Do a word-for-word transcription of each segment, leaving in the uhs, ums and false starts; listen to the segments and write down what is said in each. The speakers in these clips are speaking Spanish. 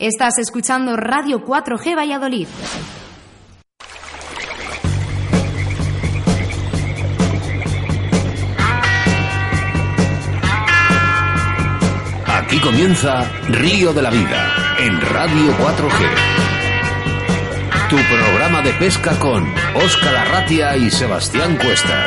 Estás escuchando Radio cuatro G Valladolid. Aquí comienza Río de la Vida en Radio cuatro G. Tu programa de pesca con Óscar Arratia y Sebastián Cuestas.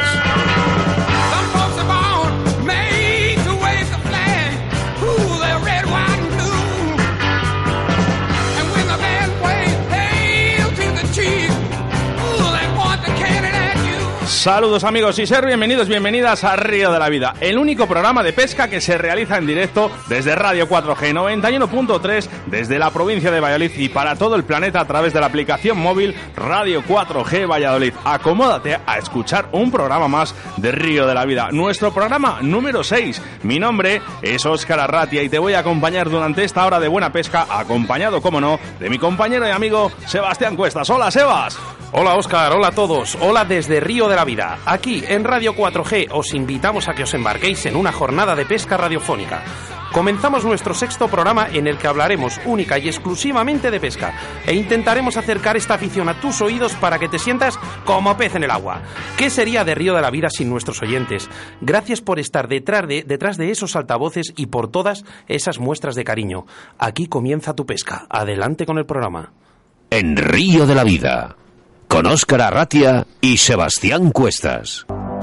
Saludos amigos y ser bienvenidos, bienvenidas a Río de la Vida, el único programa de pesca que se realiza en directo desde Radio cuatro G noventa y uno punto tres, desde la provincia de Valladolid y para todo el planeta a través de la aplicación móvil Radio cuatro G Valladolid. Acomódate a escuchar un programa más de Río de la Vida, nuestro programa número seis. Mi nombre es Óscar Arratia y te voy a acompañar durante esta hora de buena pesca, acompañado, como no, de mi compañero y amigo Sebastián Cuestas. Hola, Sebas. Hola, Óscar. Hola a todos. Hola desde Río de la Vida. Aquí en Radio cuatro G os invitamos a que os embarquéis en una jornada de pesca radiofónica. Comenzamos nuestro sexto programa en el que hablaremos única y exclusivamente de pesca e intentaremos acercar esta afición a tus oídos para que te sientas como pez en el agua. ¿Qué sería de Río de la Vida sin nuestros oyentes? Gracias por estar detrás de, detrás de esos altavoces y por todas esas muestras de cariño. Aquí comienza tu pesca. Adelante con el programa. En Río de la Vida, con Óscar Arratia y Sebastián Cuestas.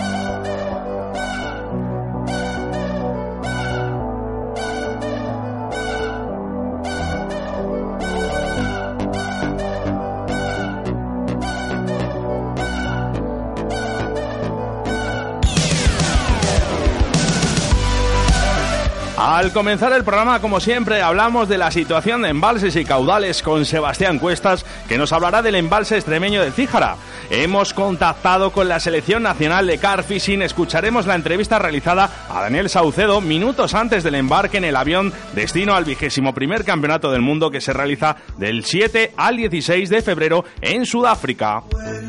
Al comenzar el programa, como siempre, hablamos de la situación de embalses y caudales con Sebastián Cuestas, que nos hablará del embalse extremeño del Cíjara. Hemos contactado con la Selección Nacional de Carp Fishing, escucharemos la entrevista realizada a Daniel Saucedo minutos antes del embarque en el avión destino al vigésimo primer Campeonato del Mundo que se realiza del siete al dieciséis de febrero en Sudáfrica.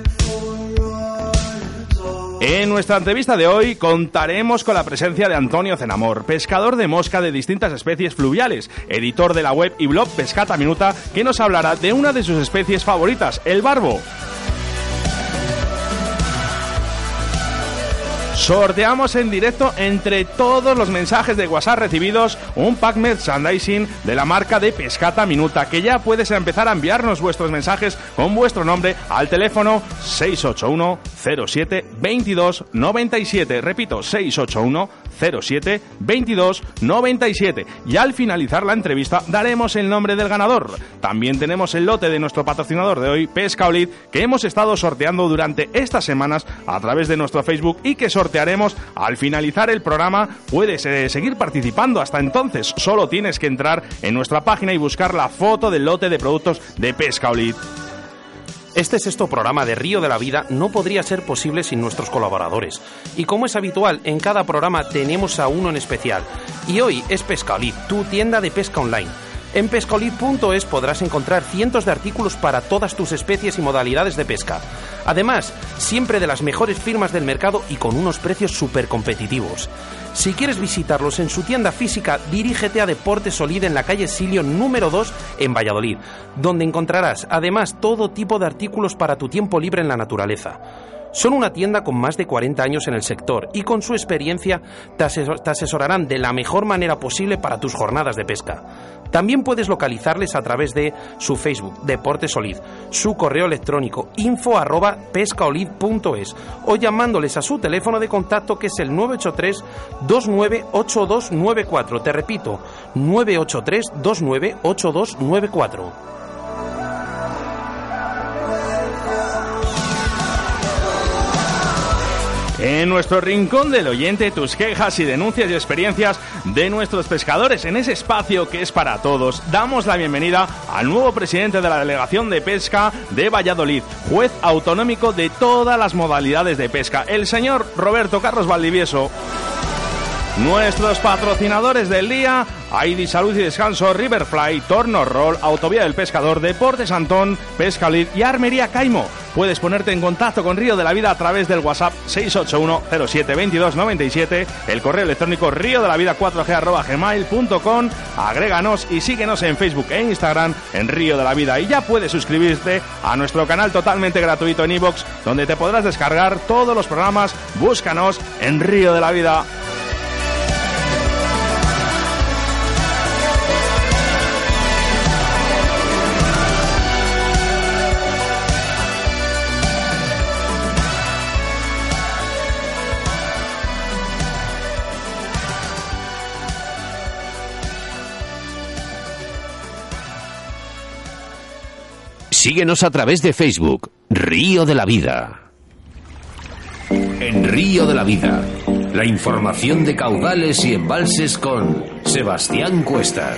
En nuestra entrevista de hoy contaremos con la presencia de Antonio Cenamor, pescador de mosca de distintas especies fluviales, editor de la web y blog Pescata Minuta, que nos hablará de una de sus especies favoritas, el barbo. Sorteamos en directo entre todos los mensajes de WhatsApp recibidos un pack merchandising de la marca de Pescata Minuta, que ya puedes empezar a enviarnos vuestros mensajes con vuestro nombre al teléfono seis ocho uno cero siete veintidós noventa y siete. Repito, seis ocho uno cero siete veintidós noventa y siete. Y al finalizar la entrevista daremos el nombre del ganador. También tenemos el lote de nuestro patrocinador de hoy, Pescaolid, que hemos estado sorteando durante estas semanas a través de nuestro Facebook y que sorteamos sortearemos al finalizar el programa. Puedes eh, seguir participando hasta entonces, solo tienes que entrar en nuestra página y buscar la foto del lote de productos de Pescaolid. Este sexto programa de Río de la Vida no podría ser posible sin nuestros colaboradores. Y como es habitual, en cada programa tenemos a uno en especial. Y hoy es Pescaolid, tu tienda de pesca online. En pescaolid punto es podrás encontrar cientos de artículos para todas tus especies y modalidades de pesca. Además, siempre de las mejores firmas del mercado y con unos precios súper competitivos. Si quieres visitarlos en su tienda física, dirígete a Deportes Solid en la calle Silio número dos en Valladolid, donde encontrarás además todo tipo de artículos para tu tiempo libre en la naturaleza. Son una tienda con más de cuarenta años en el sector y con su experiencia te, asesor- te asesorarán de la mejor manera posible para tus jornadas de pesca. También puedes localizarles a través de su Facebook, Deportes Solid, su correo electrónico, info arroba pescaolid punto es o llamándoles a su teléfono de contacto que es el nueve ocho tres dos nueve ocho dos nueve cuatro. Te repito, nueve ocho tres dos nueve ocho dos nueve cuatro. En nuestro rincón del oyente, tus quejas y denuncias y experiencias de nuestros pescadores. En ese espacio que es para todos, damos la bienvenida al nuevo presidente de la Delegación de Pesca de Valladolid, juez autonómico de todas las modalidades de pesca, el señor Roberto Carlos Valdivieso. Nuestros patrocinadores del día: Aidi Salud y Descanso, Riverfly, Torno Roll, Autovía del Pescador, Deportes Antón, Pescalit y Armería Caimo. Puedes ponerte en contacto con Río de la Vida a través del WhatsApp seis ocho uno cero siete veintidós noventa y siete, el correo electrónico río de la vida cuatro g arroba gmail punto com, agréganos y síguenos en Facebook e Instagram en Río de la Vida, y ya puedes suscribirte a nuestro canal totalmente gratuito en iVoox, donde te podrás descargar todos los programas. Búscanos en Río de la Vida. Síguenos a través de Facebook, Río de la Vida. En Río de la Vida, la información de caudales y embalses con Sebastián Cuestas.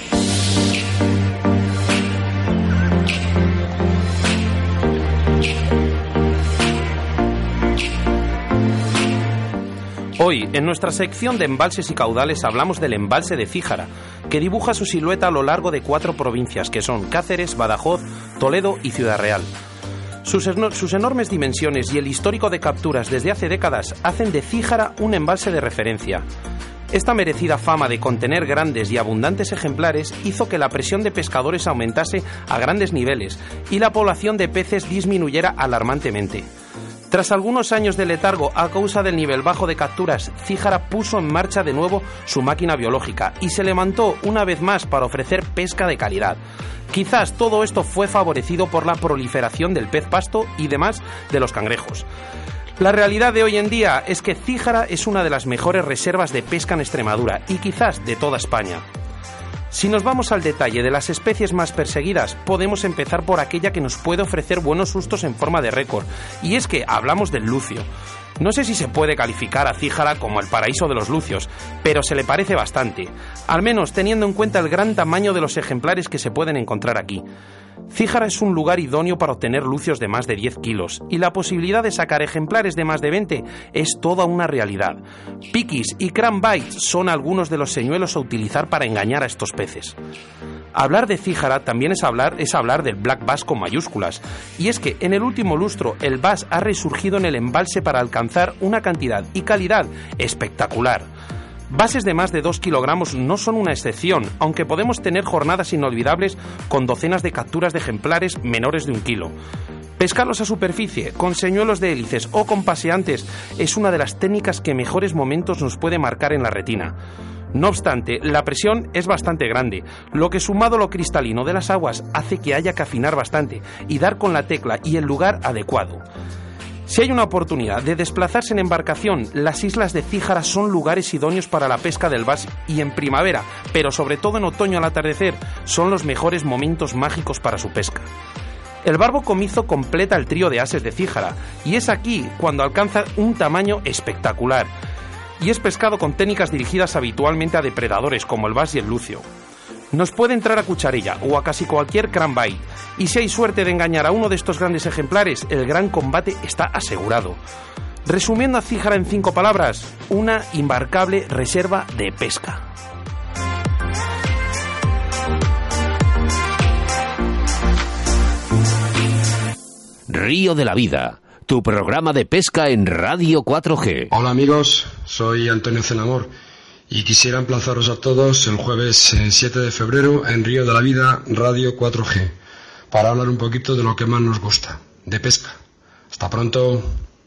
Hoy, en nuestra sección de embalses y caudales, hablamos del embalse de Cíjara, que dibuja su silueta a lo largo de cuatro provincias, que son Cáceres, Badajoz, Toledo y Ciudad Real. Sus, eno- sus enormes dimensiones y el histórico de capturas desde hace décadas hacen de Cíjara un embalse de referencia. Esta merecida fama de contener grandes y abundantes ejemplares hizo que la presión de pescadores aumentase a grandes niveles y la población de peces disminuyera alarmantemente. Tras algunos años de letargo a causa del nivel bajo de capturas, Cíjara puso en marcha de nuevo su máquina biológica y se levantó una vez más para ofrecer pesca de calidad. Quizás todo esto fue favorecido por la proliferación del pez pasto y demás de los cangrejos. La realidad de hoy en día es que Cíjara es una de las mejores reservas de pesca en Extremadura y quizás de toda España. Si nos vamos al detalle de las especies más perseguidas, podemos empezar por aquella que nos puede ofrecer buenos sustos en forma de récord, y es que hablamos del lucio. No sé si se puede calificar a Cíjara como el paraíso de los lucios, pero se le parece bastante, al menos teniendo en cuenta el gran tamaño de los ejemplares que se pueden encontrar aquí. Cíjara es un lugar idóneo para obtener lucios de más de diez kilos, y la posibilidad de sacar ejemplares de más de veinte es toda una realidad. Piquis y crankbaits son algunos de los señuelos a utilizar para engañar a estos peces. Hablar de Cíjara también es hablar, es hablar del black bass con mayúsculas, y es que en el último lustro el bass ha resurgido en el embalse para alcanzar una cantidad y calidad espectacular. Bases de más de dos kilogramos no son una excepción, aunque podemos tener jornadas inolvidables con docenas de capturas de ejemplares menores de un kilo. Pescarlos a superficie, con señuelos de hélices o con paseantes, es una de las técnicas que mejores momentos nos puede marcar en la retina. No obstante, la presión es bastante grande, lo que sumado a lo cristalino de las aguas hace que haya que afinar bastante y dar con la tecla y el lugar adecuado. Si hay una oportunidad de desplazarse en embarcación, las islas de Cíjara son lugares idóneos para la pesca del bass, y en primavera, pero sobre todo en otoño al atardecer, son los mejores momentos mágicos para su pesca. El barbo comizo completa el trío de ases de Cíjara, y es aquí cuando alcanza un tamaño espectacular, y es pescado con técnicas dirigidas habitualmente a depredadores como el bass y el lucio. Nos puede entrar a cucharilla o a casi cualquier crankbait, y si hay suerte de engañar a uno de estos grandes ejemplares, el gran combate está asegurado. Resumiendo a Cíjara en cinco palabras, una imbarcable reserva de pesca. Río de la Vida, tu programa de pesca en Radio cuatro G. Hola amigos, soy Antonio Cenamor y quisiera emplazaros a todos el jueves siete de febrero en Río de la Vida, Radio cuatro G, para hablar un poquito de lo que más nos gusta, de pesca. Hasta pronto.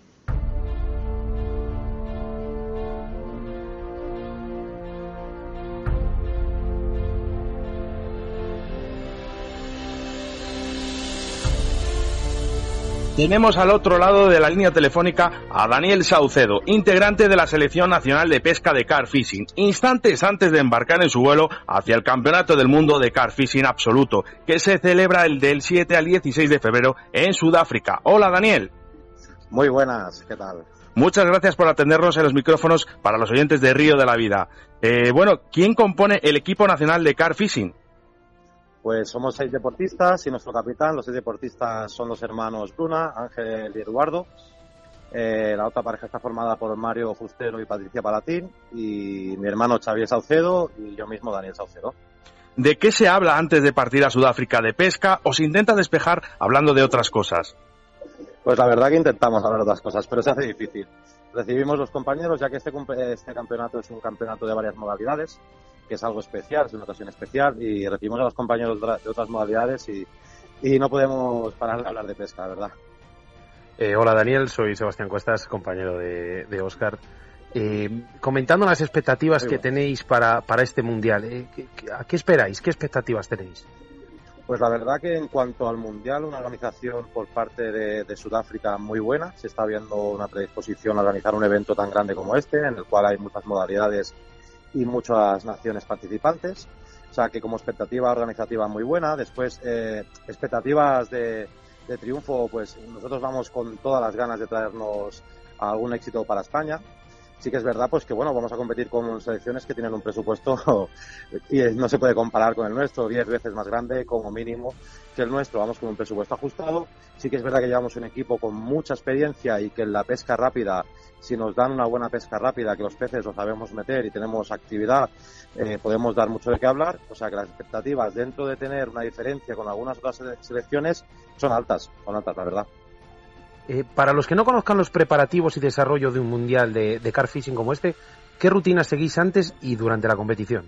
Tenemos al otro lado de la línea telefónica a Daniel Saucedo, integrante de la Selección Nacional de Pesca de Carp Fishing, instantes antes de embarcar en su vuelo hacia el Campeonato del Mundo de Carp Fishing Absoluto, que se celebra el del siete al dieciséis de febrero en Sudáfrica. Hola Daniel. Muy buenas, ¿qué tal? Muchas gracias por atendernos en los micrófonos para los oyentes de Río de la Vida. Eh, bueno, ¿quién compone el equipo nacional de Carp Fishing? Pues somos seis deportistas y nuestro capitán. Los seis deportistas son los hermanos Bruna, Ángel y Eduardo. Eh, la otra pareja está formada por Mario Fustero y Patricia Palatín, y mi hermano Xavier Saucedo y yo mismo, Daniel Saucedo. ¿De qué se habla antes de partir a Sudáfrica? ¿De pesca o se intenta despejar hablando de otras cosas? Pues la verdad que intentamos hablar de otras cosas, pero se hace difícil. Recibimos los compañeros, ya que este, este campeonato es un campeonato de varias modalidades, que es algo especial, es una ocasión especial, y recibimos a los compañeros de otras modalidades y, y no podemos parar de hablar de pesca, la verdad. Eh, hola Daniel, soy Sebastián Cuestas, compañero de, de Óscar. Eh, comentando las expectativas que tenéis para, para este Mundial, eh, ¿qué, ¿a qué esperáis? ¿Qué expectativas tenéis? Pues la verdad que en cuanto al Mundial, una organización por parte de, de Sudáfrica muy buena. Se está viendo una predisposición a organizar un evento tan grande como este, en el cual hay muchas modalidades y muchas naciones participantes. O sea que como expectativa organizativa muy buena. Después, eh, expectativas de... de triunfo, pues nosotros vamos con todas las ganas de traernos algún éxito para España. Sí que es verdad pues que bueno, vamos a competir con selecciones que tienen un presupuesto y no se puede comparar con el nuestro, diez veces más grande como mínimo que el nuestro. Vamos con un presupuesto ajustado. Sí que es verdad que llevamos un equipo con mucha experiencia y que en la pesca rápida, si nos dan una buena pesca rápida, que los peces los sabemos meter y tenemos actividad, eh, podemos dar mucho de qué hablar. O sea que las expectativas, dentro de tener una diferencia con algunas otras selecciones, son altas, son altas, la verdad. Eh, para los que no conozcan los preparativos y desarrollo de un mundial de, de carp fishing como este, ¿qué rutinas seguís antes y durante la competición?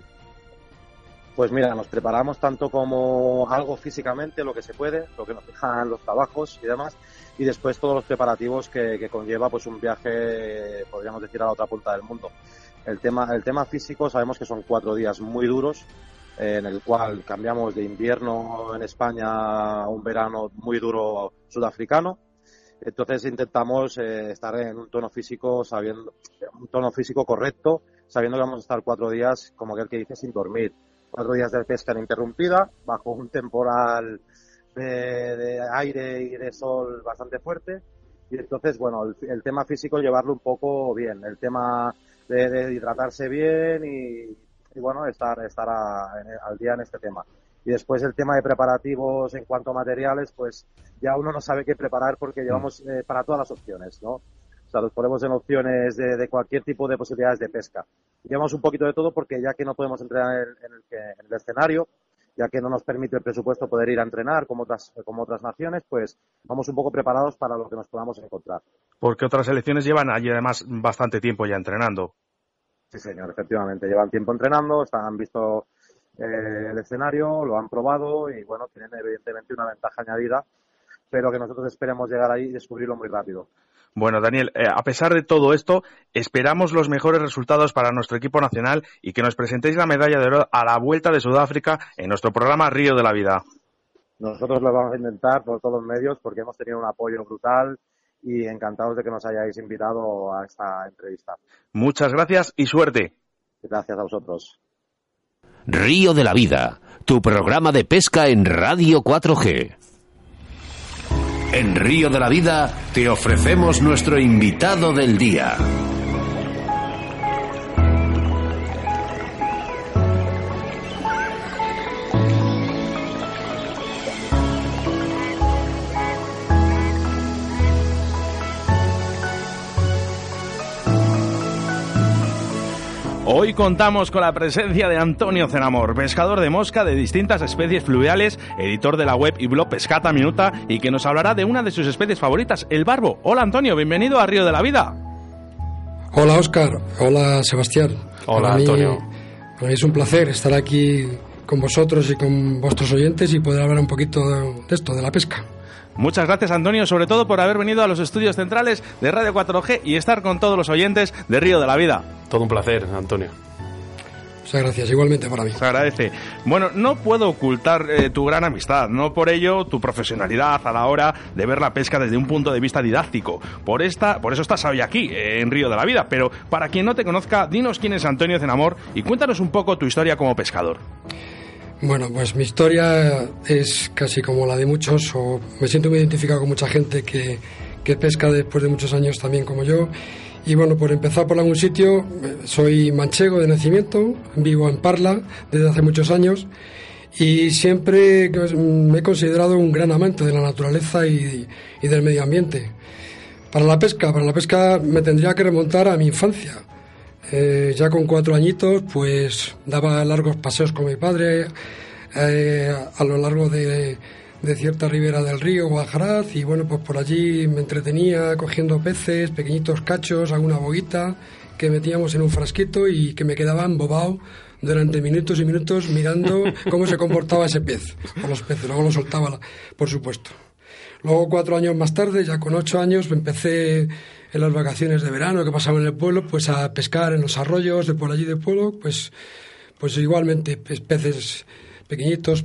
Pues mira, nos preparamos tanto como algo físicamente, lo que se puede, lo que nos dejan los trabajos y demás, y después todos los preparativos que, que conlleva pues un viaje, podríamos decir, a la otra punta del mundo. El tema, el tema físico, sabemos que son cuatro días muy duros, eh, en el cual cambiamos de invierno en España a un verano muy duro sudafricano. Entonces intentamos eh, estar en un tono físico, sabiendo, un tono físico correcto, sabiendo que vamos a estar cuatro días, como aquel que dice, sin dormir. Cuatro días de pesca ininterrumpida, bajo un temporal de, de aire y de sol bastante fuerte. Y entonces, bueno, el, el tema físico llevarlo un poco bien, el tema de, de hidratarse bien y, y bueno, estar, estar a, en, al día en este tema. Y después el tema de preparativos en cuanto a materiales, pues ya uno no sabe qué preparar porque llevamos eh, para todas las opciones, ¿no? O sea, los ponemos en opciones de, de cualquier tipo de posibilidades de pesca. Llevamos un poquito de todo porque ya que no podemos entrenar en el, en el, que, en el escenario, ya que no nos permite el presupuesto poder ir a entrenar como otras, como otras naciones, pues vamos un poco preparados para lo que nos podamos encontrar. Porque otras selecciones llevan allí además bastante tiempo ya entrenando. Sí, señor, efectivamente. Llevan tiempo entrenando, están, han visto eh, el escenario, lo han probado y bueno, tienen evidentemente una ventaja añadida, pero que nosotros esperemos llegar ahí y descubrirlo muy rápido. Bueno, Daniel, eh, a pesar de todo esto, esperamos los mejores resultados para nuestro equipo nacional y que nos presentéis la medalla de oro a la vuelta de Sudáfrica en nuestro programa Río de la Vida. Nosotros lo vamos a intentar por todos los medios porque hemos tenido un apoyo brutal y encantados de que nos hayáis invitado a esta entrevista. Muchas gracias y suerte. Gracias a vosotros. Río de la Vida, tu programa de pesca en Radio cuatro G. En Río de la Vida te ofrecemos nuestro invitado del día. Hoy contamos con la presencia de Antonio Cenamor, pescador de mosca de distintas especies fluviales, editor de la web y blog Pescata Minuta y que nos hablará de una de sus especies favoritas, el barbo. Hola Antonio, bienvenido a Río de la Vida. Hola Óscar, hola Sebastián. Hola para Antonio. Mí, para mí es un placer estar aquí con vosotros y con vuestros oyentes y poder hablar un poquito de, de esto, de la pesca. Muchas gracias Antonio, sobre todo por haber venido a los estudios centrales de Radio cuatro G y estar con todos los oyentes de Río de la Vida. Todo un placer, Antonio. Muchas gracias, igualmente para mí. Se agradece. Bueno, no puedo ocultar eh, tu gran amistad, no por ello tu profesionalidad a la hora de ver la pesca desde un punto de vista didáctico. Por esta, por eso estás hoy aquí, eh, en Río de la Vida. Pero para quien no te conozca, dinos quién es Antonio Cenamor y cuéntanos un poco tu historia como pescador. Bueno, pues mi historia es casi como la de muchos, o me siento muy identificado con mucha gente que, que pesca después de muchos años también como yo. Y bueno, por empezar por algún sitio, soy manchego de nacimiento, vivo en Parla desde hace muchos años y siempre me he considerado un gran amante de la naturaleza y, y del medio ambiente. Para la pesca, para la pesca me tendría que remontar a mi infancia. Eh, ya con cuatro añitos, pues daba largos paseos con mi padre eh, a lo largo de, de cierta ribera del río Guajaraz, y bueno, pues por allí me entretenía cogiendo peces, pequeñitos cachos, alguna boguita que metíamos en un frasquito y que me quedaba embobado durante minutos y minutos mirando cómo se comportaba ese pez o los peces. Luego lo soltaba, por supuesto. Luego, cuatro años más tarde, ya con ocho años, empecé en las vacaciones de verano que pasaba en el pueblo, pues a pescar en los arroyos de por allí del pueblo, pues, pues igualmente pues, peces pequeñitos,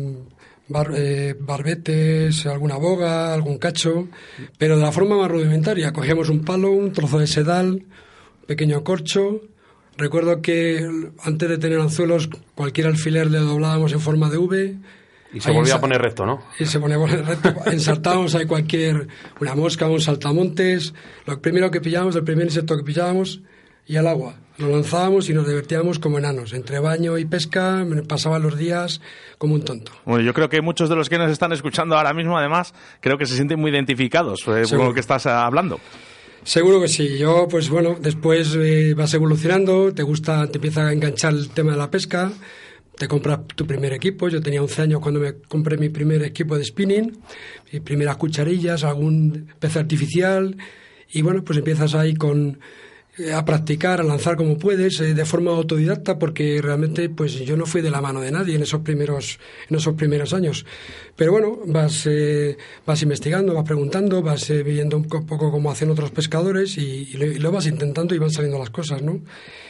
bar, eh, barbetes, alguna boga, algún cacho, pero de la forma más rudimentaria. Cogíamos un palo, un trozo de sedal, un pequeño corcho. Recuerdo que antes de tener anzuelos, cualquier alfiler le doblábamos en forma de V. Y se volvía a poner recto, ¿no? Y se ponía a poner recto. Ensartábamos ahí cualquier, una mosca, un saltamontes. Lo primero que pillábamos, el primer insecto que pillábamos, y al agua. Lo lanzábamos y nos divertíamos como enanos. Entre baño y pesca me pasaban los días como un tonto. Bueno, yo creo que muchos de los que nos están escuchando ahora mismo, además, creo que se sienten muy identificados eh, con lo que estás hablando. Seguro que sí. Yo, pues bueno, después eh, vas evolucionando, te gusta, te empieza a enganchar el tema de la pesca. Te compras tu primer equipo. Yo tenía once años cuando me compré mi primer equipo de spinning, mis primeras cucharillas, algún pez artificial, y bueno, pues empiezas ahí con eh, a practicar, a lanzar como puedes, eh, de forma autodidacta, porque realmente pues yo no fui de la mano de nadie en esos primeros en esos primeros años. Pero bueno, vas eh, vas investigando, vas preguntando, vas eh, viendo un poco cómo hacen otros pescadores y, y, lo, y lo vas intentando y van saliendo las cosas, ¿no?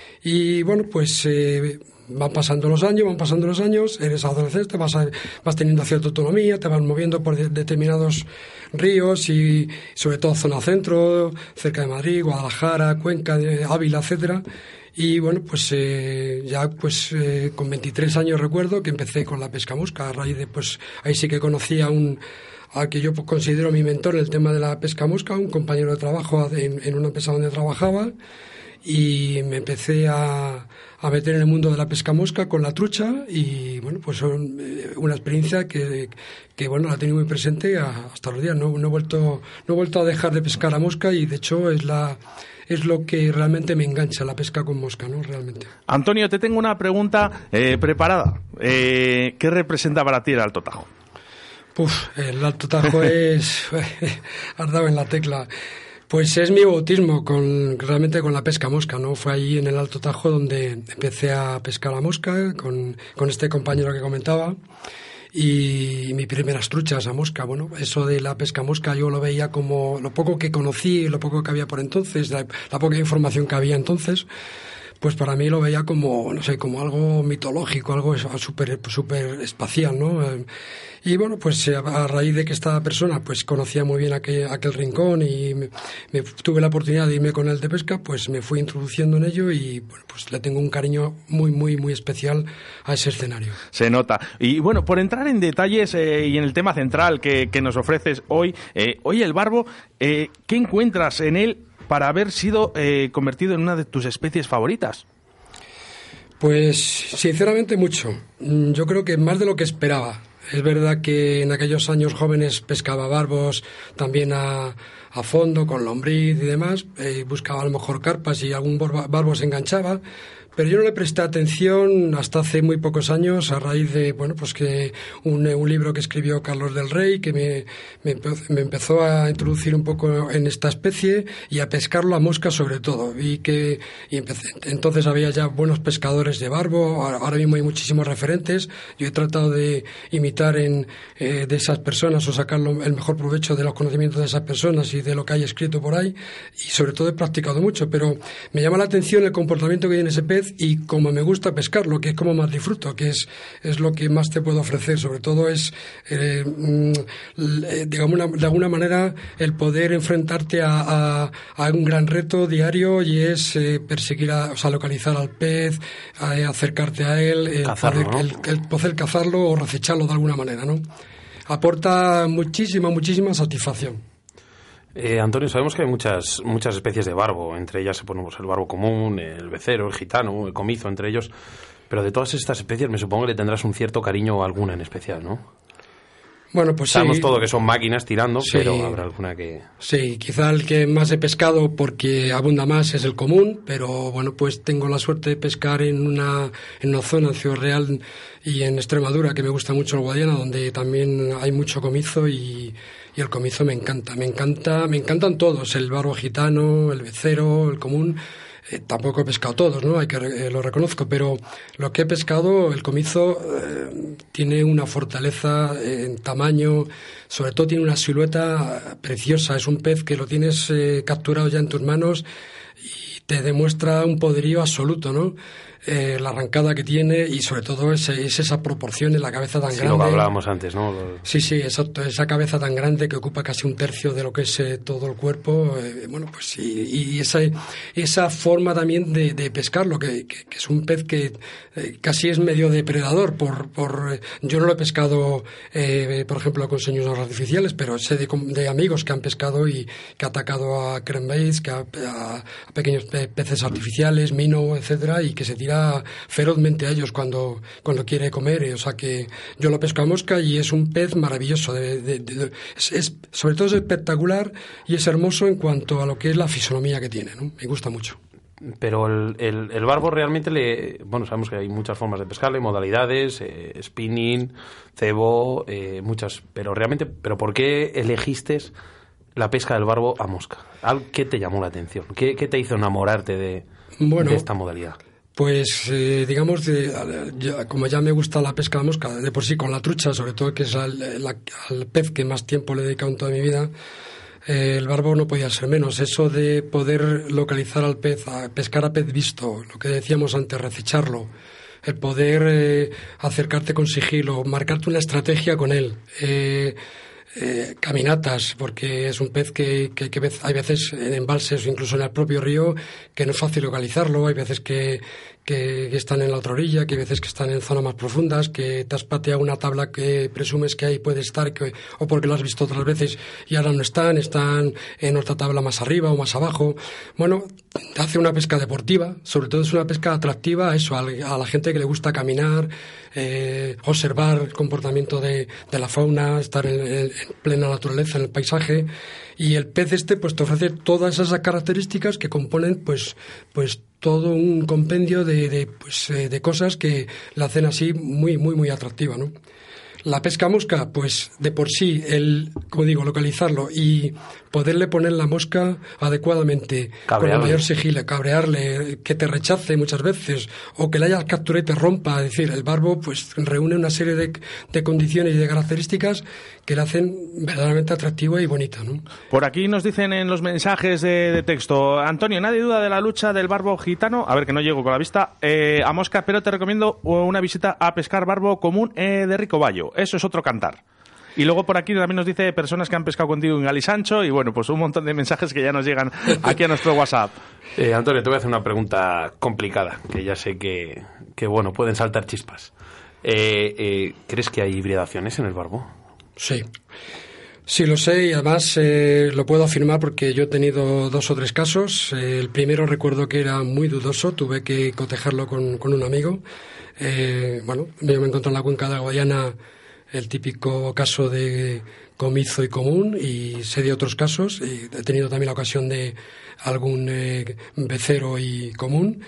Y bueno, pues eh, van pasando los años, van pasando los años, eres adolescente, vas, a, vas teniendo cierta autonomía, te vas moviendo por de, determinados ríos y sobre todo zona centro, cerca de Madrid, Guadalajara, Cuenca, de Ávila, etcétera. Y bueno, pues eh, ya pues eh, con veintitrés años recuerdo que empecé con la pesca mosca. A raíz de, pues ahí sí que conocí a un al que yo considero mi mentor en el tema de la pesca mosca, un compañero de trabajo en, en una empresa donde trabajaba, y me empecé a, a meter en el mundo de la pesca mosca con la trucha, y bueno, pues son una experiencia que, que bueno, la he tenido muy presente hasta los días. No, no he vuelto no he vuelto a dejar de pescar a mosca, y de hecho es la es lo que realmente me engancha, la pesca con mosca, ¿no? Realmente. Antonio, te tengo una pregunta eh, preparada. Eh, ¿Qué representa para ti el Alto Tajo? Uf, el Alto Tajo es... has dado en la tecla. Pues es mi bautismo con, realmente con la pesca mosca, ¿no? Fue allí en el Alto Tajo donde empecé a pescar la mosca con, con este compañero que comentaba, y mis primeras truchas a mosca. Bueno, eso de la pesca mosca yo lo veía como lo poco que conocí, lo poco que había por entonces, la, la poca información que había entonces, pues para mí lo veía como, no sé, como algo mitológico, algo súper súper espacial, ¿no? Y bueno, pues a raíz de que esta persona pues conocía muy bien aquel, aquel rincón y me, me tuve la oportunidad de irme con él de pesca, pues me fui introduciendo en ello, y bueno, pues le tengo un cariño muy, muy, muy especial a ese escenario. Se nota. Y bueno, por entrar en detalles eh, y en el tema central que, que nos ofreces hoy, eh, hoy el barbo, eh, ¿qué encuentras en él para haber sido eh, convertido en una de tus especies favoritas? Pues sinceramente mucho. Yo creo que más de lo que esperaba. Es verdad que en aquellos años jóvenes pescaba barbos también a, a fondo, con lombriz y demás, eh, buscaba a lo mejor carpas y algún barbo se enganchaba, pero yo no le presté atención hasta hace muy pocos años, a raíz de, bueno, pues que un, un libro que escribió Carlos del Rey, que me, me, me empezó a introducir un poco en esta especie y a pescarlo a mosca sobre todo. Y que y empecé, entonces había ya buenos pescadores de barbo, ahora mismo hay muchísimos referentes. Yo he tratado de imitar en, eh, de esas personas o sacar el mejor provecho de los conocimientos de esas personas y de lo que hay escrito por ahí, y sobre todo he practicado mucho, pero me llama la atención el comportamiento que tiene ese pez y como me gusta pescarlo, que es como más disfruto, que es, es lo que más te puedo ofrecer. Sobre todo es, eh, digamos, una, de alguna manera, el poder enfrentarte a, a, a un gran reto diario, y es eh, perseguir, a, o sea, localizar al pez, a, a acercarte a él, el cazarlo, poder, ¿no? el, el poder cazarlo o rececharlo de alguna manera, ¿no? Aporta muchísima, muchísima satisfacción. Eh, Antonio, sabemos que hay muchas muchas especies de barbo, entre ellas ponemos el barbo común, el becero, el gitano, el comizo, entre ellos, pero de todas estas especies me supongo que le tendrás un cierto cariño o alguna en especial, ¿no? Bueno, pues Sabemos sí. todo que son máquinas tirando, Sí. pero habrá alguna que... Sí, quizá el que más he pescado porque abunda más es el común, pero bueno, pues tengo la suerte de pescar en una, en una zona, en Ciudad Real y en Extremadura, que me gusta mucho el Guadiana, donde también hay mucho comizo y, y el comizo me encanta. Me encanta, me encantan todos, el barbo gitano, el becero, el común. Eh, tampoco he pescado todos, ¿no? Hay que eh, lo reconozco, pero lo que he pescado, el comizo eh, tiene una fortaleza eh, en tamaño, sobre todo tiene una silueta preciosa. Es un pez que lo tienes eh, capturado ya en tus manos y te demuestra un poderío absoluto, ¿no? Eh, la arrancada que tiene y sobre todo es, es esa proporción en la cabeza tan Sí, grande. lo que hablábamos antes, ¿no? Sí, sí, exacto. Esa cabeza tan grande que ocupa casi un tercio de lo que es eh, todo el cuerpo. Eh, bueno, pues y, y esa, esa forma también de, de pescarlo, que, que, que es un pez que eh, casi es medio depredador. Por, por eh, yo no lo he pescado, eh, por ejemplo, con señuelos artificiales, pero sé de, de amigos que han pescado y que ha atacado a crankbaits, que a, a, a pequeños pe, peces artificiales, mino, etcétera, y que se tira ferozmente a ellos cuando, cuando quiere comer. O sea que yo lo pesco a mosca y es un pez maravilloso. De, de, de, de, es, es, sobre todo es espectacular y es hermoso en cuanto a lo que es la fisonomía que tiene, ¿no? Me gusta mucho. Pero el, el, el barbo realmente le... Bueno, sabemos que hay muchas formas de pescarle, modalidades, eh, spinning, cebo, eh, muchas... Pero realmente, ¿pero por qué elegiste la pesca del barbo a mosca? ¿Qué te llamó la atención? ¿Qué, qué te hizo enamorarte de, bueno, de esta modalidad? Pues eh, digamos, de, ya, como ya me gusta la pesca de mosca, de por sí con la trucha, sobre todo que es al, la, al pez que más tiempo le he dedicado en toda mi vida, eh, el barbo no podía ser menos. Eso de poder localizar al pez, a pescar a pez visto, lo que decíamos antes, recicharlo, el poder eh, acercarte con sigilo, marcarte una estrategia con él, eh, Eh, caminatas, porque es un pez que, que, que hay veces en embalses o incluso en el propio río que no es fácil localizarlo, hay veces que, que, que están en la otra orilla, que hay veces que están en zonas más profundas, que te has pateado una tabla que presumes que ahí puede estar, que, o porque lo has visto otras veces y ahora no están, están en otra tabla más arriba o más abajo. Bueno, hace una pesca deportiva, sobre todo es una pesca atractiva a eso, a, a la gente que le gusta caminar, eh, observar el comportamiento de, de la fauna, estar en, en, en plena naturaleza, en el paisaje, y el pez este pues te ofrece todas esas características que componen pues pues todo un compendio de, de, pues, eh, de cosas que la hacen así muy muy muy atractiva, ¿no? La pesca a mosca, pues de por sí, el, como digo, localizarlo y poderle poner la mosca adecuadamente, cabrearle, con el mayor sigilo, cabrearle, que te rechace muchas veces, o que le hayas capturado y te rompa. Es decir, el barbo pues reúne una serie de, de condiciones y de características que le hacen verdaderamente atractiva y bonita, ¿no? Por aquí nos dicen en los mensajes de, de texto: Antonio, nadie duda de la lucha del barbo gitano, a ver que no llego con la vista, eh, a mosca, pero te recomiendo una visita a pescar barbo común eh, de Ricoballo. Eso es otro cantar. Y luego por aquí también nos dice personas que han pescado contigo en Galisancho y bueno, pues un montón de mensajes que ya nos llegan aquí a nuestro WhatsApp. Eh, Antonio, te voy a hacer una pregunta complicada, que ya sé que, que bueno, pueden saltar chispas. Eh, eh, ¿Crees que hay hibridaciones en el barbo? Sí. Sí, lo sé y además eh, lo puedo afirmar porque yo he tenido dos o tres casos. Eh, el primero recuerdo que era muy dudoso, tuve que cotejarlo con, con un amigo. Eh, bueno, yo me encontré en la cuenca de la Guadiana el típico caso de comizo y común y sé de otros casos. Y he tenido también la ocasión de algún eh, becero y común.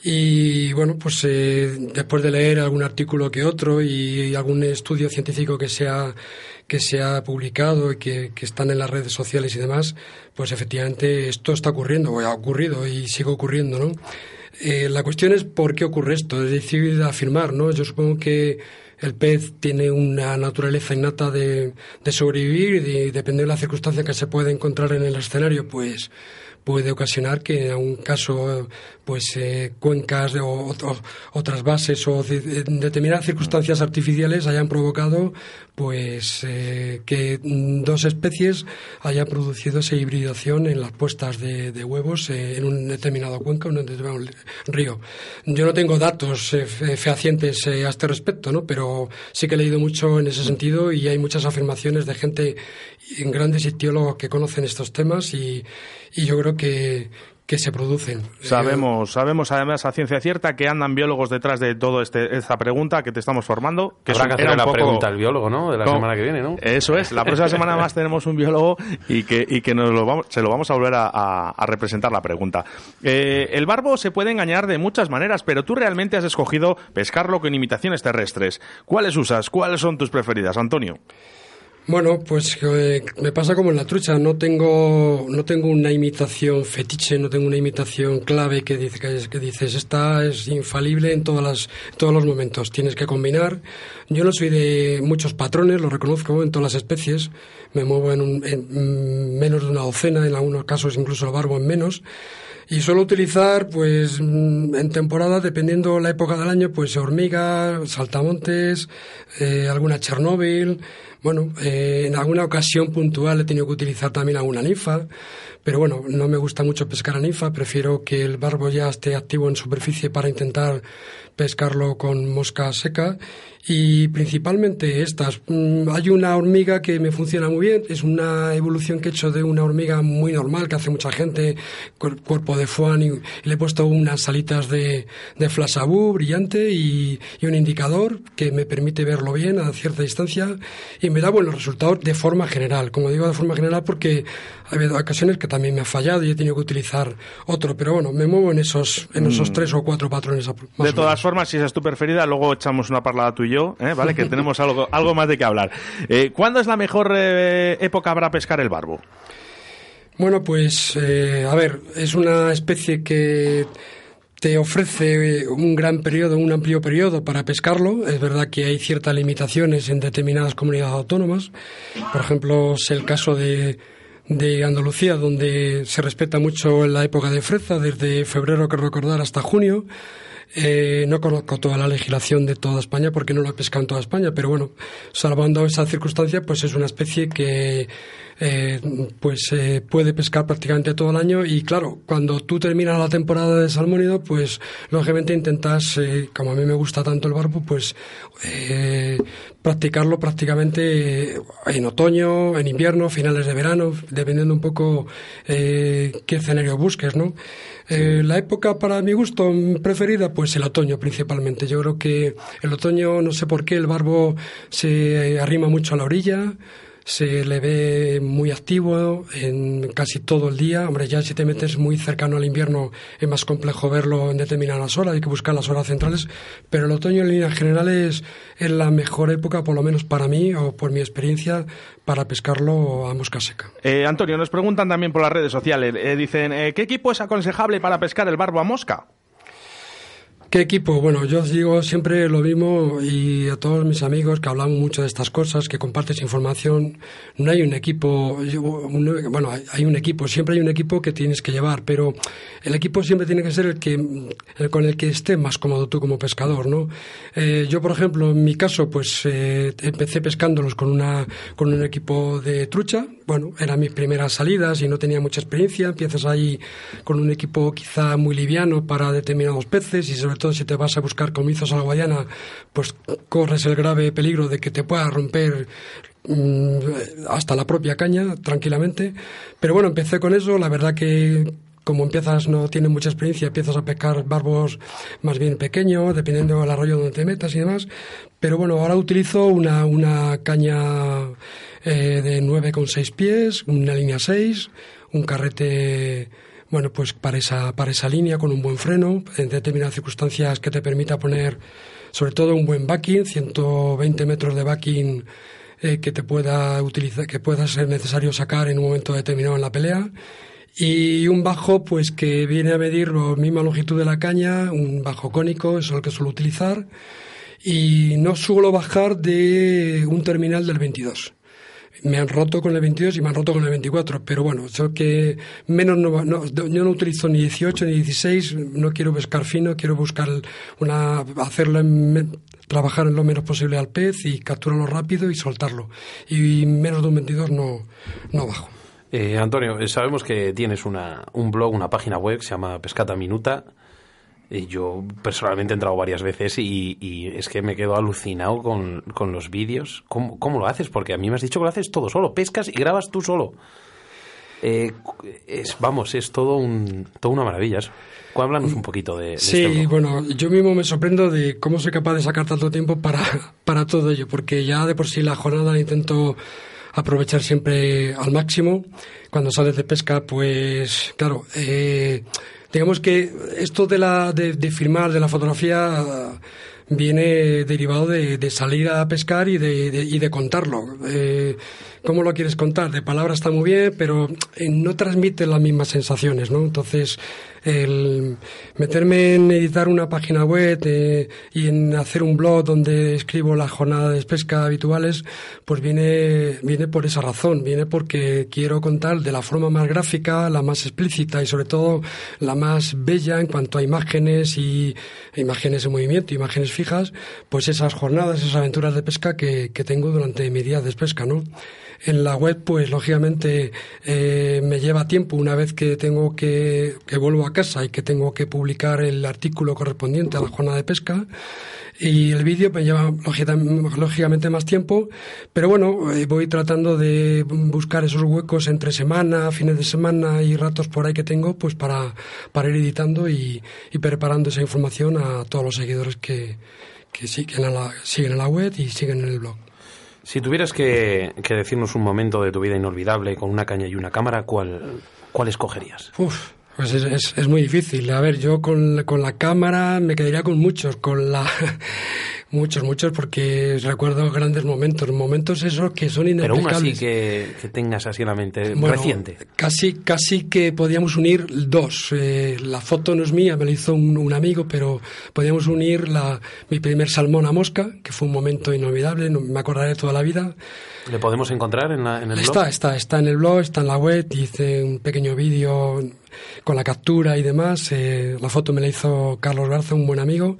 Y bueno, pues eh, después de leer algún artículo que otro y algún estudio científico que se ha, que se ha publicado y que, que están en las redes sociales y demás, pues efectivamente esto está ocurriendo, o ha ocurrido y sigue ocurriendo, ¿no? Eh, la cuestión es por qué ocurre esto, es decir, afirmar, ¿no? Yo supongo que el pez tiene una naturaleza innata de, de sobrevivir y de, depende de la circunstancia que se puede encontrar en el escenario, pues puede ocasionar que en algún caso pues eh, cuencas o, o otras bases o de, de determinadas circunstancias artificiales hayan provocado pues eh, que dos especies hayan producido esa hibridación en las puestas de, de huevos eh, en un determinado cuenca o en un determinado río. Yo no tengo datos eh, fehacientes eh, a este respecto, ¿no? Pero sí que he leído mucho en ese sentido y hay muchas afirmaciones de gente, grandes ictiólogos que conocen estos temas y, y yo creo creo que, que se producen. Sabemos, sabemos además a ciencia cierta que andan biólogos detrás de toda este, esta pregunta que te estamos formando. Que Habrá es, que hacerle la poco... pregunta al biólogo, ¿no? De la ¿Cómo? semana que viene, ¿no? Eso es, la próxima semana más tenemos un biólogo y que, y que nos lo vamos, se lo vamos a volver a, a, a representar la pregunta. Eh, el barbo se puede engañar de muchas maneras, pero tú realmente has escogido pescarlo con imitaciones terrestres. ¿Cuáles usas? ¿Cuáles son tus preferidas, Antonio? Bueno, pues eh, me pasa como en la trucha, no tengo no tengo una imitación fetiche, no tengo una imitación clave que, dice, que, que dices, esta es infalible en todas las, todos los momentos, tienes que combinar. Yo no soy de muchos patrones, lo reconozco en todas las especies, me muevo en, un, en menos de una docena, en algunos casos incluso el barbo en menos. Y suelo utilizar, pues, en temporada, dependiendo la época del año, pues hormiga, saltamontes, eh, alguna Chernóbil. Bueno, eh, en alguna ocasión puntual he tenido que utilizar también alguna ninfa, pero bueno, no me gusta mucho pescar a ninfa, prefiero que el barbo ya esté activo en superficie para intentar pescarlo con mosca seca. Y principalmente estas. Hay una hormiga que me funciona muy bien, es una evolución que he hecho de una hormiga muy normal que hace mucha gente, cuerpo de foie, y, y le he puesto unas alitas de, de flashabú brillante y, y un indicador que me permite verlo bien a cierta distancia y me da buenos resultados de forma general. Como digo, de forma general porque ha habido ocasiones que también me ha fallado y he tenido que utilizar otro, pero bueno, me muevo en esos, en esos mm. tres o cuatro patrones. Más de todas formas, si esa es tu preferida, luego echamos una parlada tú y yo, ¿eh? ¿Vale? Que tenemos algo, algo más de qué hablar. Eh, ¿Cuándo es la mejor eh, época para pescar el barbo? Bueno, pues, eh, a ver, es una especie que te ofrece un gran periodo, un amplio periodo para pescarlo. Es verdad que hay ciertas limitaciones en determinadas comunidades autónomas. Por ejemplo, es el caso de, de Andalucía, donde se respeta mucho la época de freza, desde febrero, que recordar, hasta junio. Eh, no conozco toda la legislación de toda España porque no lo he pescado en toda España, pero bueno, salvando esa circunstancia, pues es una especie que eh, pues eh, puede pescar prácticamente todo el año. Y claro, cuando tú terminas la temporada de salmónido, pues lógicamente intentas, eh, como a mí me gusta tanto el barbo, pues eh, practicarlo prácticamente en otoño, en invierno, finales de verano, dependiendo un poco eh, qué escenario busques, ¿no? Eh, la época para mi gusto preferida, pues el otoño principalmente. Yo creo que el otoño, no sé por qué, el barbo se arrima mucho a la orilla, se le ve muy activo en casi todo el día. Hombre, ya si te metes muy cercano al invierno es más complejo verlo en determinadas horas, hay que buscar las horas centrales, pero el otoño en líneas generales es la mejor época, por lo menos para mí o por mi experiencia, para pescarlo a mosca seca. Eh, Antonio, nos preguntan también por las redes sociales, eh, dicen, eh, ¿qué equipo es aconsejable para pescar el barbo a mosca? ¿Qué equipo? Bueno, yo os digo siempre lo mismo y a todos mis amigos que hablamos mucho de estas cosas, que compartes información, no hay un equipo, bueno, hay un equipo, siempre hay un equipo que tienes que llevar, pero el equipo siempre tiene que ser el que el con el que estés más cómodo tú como pescador, ¿no? Eh, yo, por ejemplo, en mi caso, pues eh, empecé pescándolos con una con un equipo de trucha. Bueno, eran mis primeras salidas y no tenía mucha experiencia. Empiezas ahí con un equipo quizá muy liviano para determinados peces y sobre todo si te vas a buscar comizos a la guayana, pues corres el grave peligro de que te pueda romper mmm, hasta la propia caña tranquilamente. Pero bueno, empecé con eso. La verdad que como empiezas, no tienes mucha experiencia, empiezas a pescar barbos más bien pequeños, dependiendo del arroyo donde te metas y demás. Pero bueno, ahora utilizo una, una caña eh, de nueve coma seis pies, una línea seis, un carrete, bueno, pues para esa, para esa línea con un buen freno, en determinadas circunstancias que te permita poner sobre todo un buen backing, ciento veinte metros de backing eh, que te pueda utilizar, que pueda ser necesario sacar en un momento determinado en la pelea. Y un bajo pues que viene a medir la misma longitud de la caña, un bajo cónico, eso es el que suelo utilizar, y no suelo bajar de un terminal del veintidós. Me han roto con el veintidós y me han roto con el veinticuatro, pero bueno, eso que menos no, no, yo no utilizo ni dieciocho ni dieciséis, no quiero pescar fino, quiero buscar una, hacerlo en, trabajar en lo menos posible al pez y capturarlo rápido y soltarlo, y menos de un veintidós no, no bajo. Eh, Antonio, sabemos que tienes una, un blog, una página web que se llama Pescata Minuta. Y yo personalmente he entrado varias veces y, y es que me quedo alucinado con, con los vídeos. ¿Cómo, ¿Cómo lo haces? Porque a mí me has dicho que lo haces todo solo, pescas y grabas tú solo. Eh, es, vamos, es todo un, todo una maravilla eso. Háblanos un poquito de, de Sí, este blog. Bueno, yo mismo me sorprendo de cómo soy capaz de sacar tanto tiempo para, para todo ello, porque ya de por sí la jornada la intento aprovechar siempre al máximo. Cuando sales de pesca, pues claro, eh, digamos que esto de la de, de filmar, de la fotografía, viene derivado de, de salir a pescar y de, de, y de contarlo. Eh, ¿Cómo lo quieres contar? De palabras está muy bien, pero eh, no transmite las mismas sensaciones, ¿no? Entonces, el meterme en editar una página web eh, y en hacer un blog donde escribo las jornadas de pesca habituales, pues viene, viene por esa razón, viene porque quiero contar de la forma más gráfica, la más explícita y sobre todo la más bella en cuanto a imágenes y imágenes en movimiento, imágenes fijas, pues esas jornadas, esas aventuras de pesca que, que tengo durante mi día de pesca, ¿no? En la web, pues lógicamente eh, me lleva tiempo una vez que tengo que, que vuelvo a casa y que tengo que publicar el artículo correspondiente a la jornada de pesca, y el vídeo me lleva lógicamente más tiempo, pero bueno, eh, voy tratando de buscar esos huecos entre semana, fines de semana y ratos por ahí que tengo, pues para, para ir editando y, y preparando esa información a todos los seguidores que, que siguen, a la, siguen en la web y siguen en el blog. Si tuvieras que, que decirnos un momento de tu vida inolvidable con una caña y una cámara, ¿cuál, cuál escogerías? Uf, pues es, es, es muy difícil. A ver, yo con, con la cámara me quedaría con muchos, con la... Muchos, muchos, porque recuerdo grandes momentos, momentos esos que son inexplicables. Pero uno así que, que tengas así en la mente, bueno, reciente. Casi, casi que podíamos unir dos. Eh, la foto no es mía, me la hizo un, un amigo, pero podíamos unir la, mi primer salmón a mosca, que fue un momento inolvidable, no, me acordaré toda la vida. ¿Le podemos encontrar en, la, en el está, blog? Está, está en el blog, está en la web, hice un pequeño vídeo con la captura y demás. Eh, la foto me la hizo Carlos Garza, un buen amigo.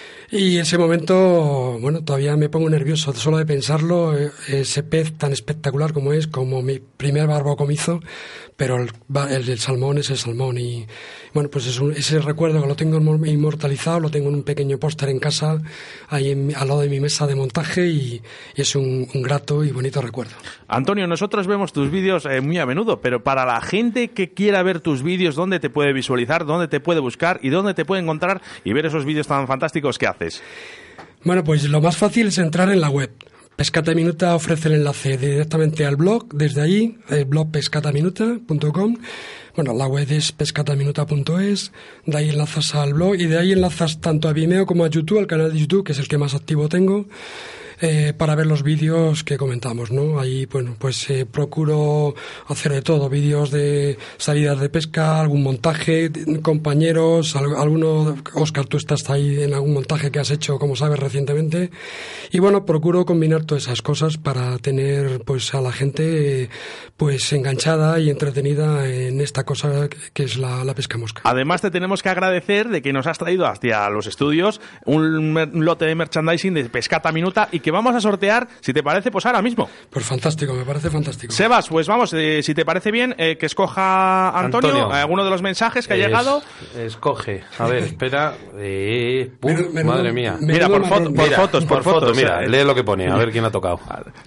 Y ese momento, bueno, todavía me pongo nervioso solo de pensarlo, ese pez tan espectacular como es, como mi primer barbacomizo, pero el, el, el salmón es el salmón. Y bueno, pues es un, ese recuerdo que lo tengo inmortalizado, lo tengo en un pequeño póster en casa, ahí en, al lado de mi mesa de montaje, y, y es un, un grato y bonito recuerdo. Antonio, nosotros vemos tus vídeos eh, muy a menudo, pero para la gente que quiera ver tus vídeos, ¿dónde te puede visualizar, dónde te puede buscar y dónde te puede encontrar y ver esos vídeos tan fantásticos que haces? Bueno, pues lo más fácil es entrar en la web. Pescata Minuta ofrece el enlace directamente al blog, desde allí, el blog pescata minuta punto com. Bueno, la web es pescata minuta punto es, de ahí enlazas al blog y de ahí enlazas tanto a Vimeo como a YouTube, al canal de YouTube, que es el que más activo tengo, eh, para ver los vídeos que comentamos, ¿no? Ahí, bueno, pues eh, procuro hacer de todo, vídeos de salidas de pesca, algún montaje, compañeros, alguno, Óscar, tú estás ahí en algún montaje que has hecho, como sabes, recientemente, y bueno, procuro combinar todas esas cosas para tener, pues, a la gente, pues, enganchada y entretenida en esta cosa que es la, la pesca mosca. Además, te tenemos que agradecer de que nos has traído hacia los estudios un, un lote de merchandising de Pescata Minuta y que vamos a sortear, si te parece, pues ahora mismo. Pues fantástico, me parece fantástico. Sebas, pues vamos, eh, si te parece bien, eh, que escoja Antonio, Antonio. alguno de los mensajes que es, ha llegado. Escoge. A ver, espera. Eh, pum, menudo, menudo, madre mía. Mira, por, foto, por mira, fotos, por, por fotos. fotos. Mira, o sea, lee lo que pone, a ver quién ha tocado.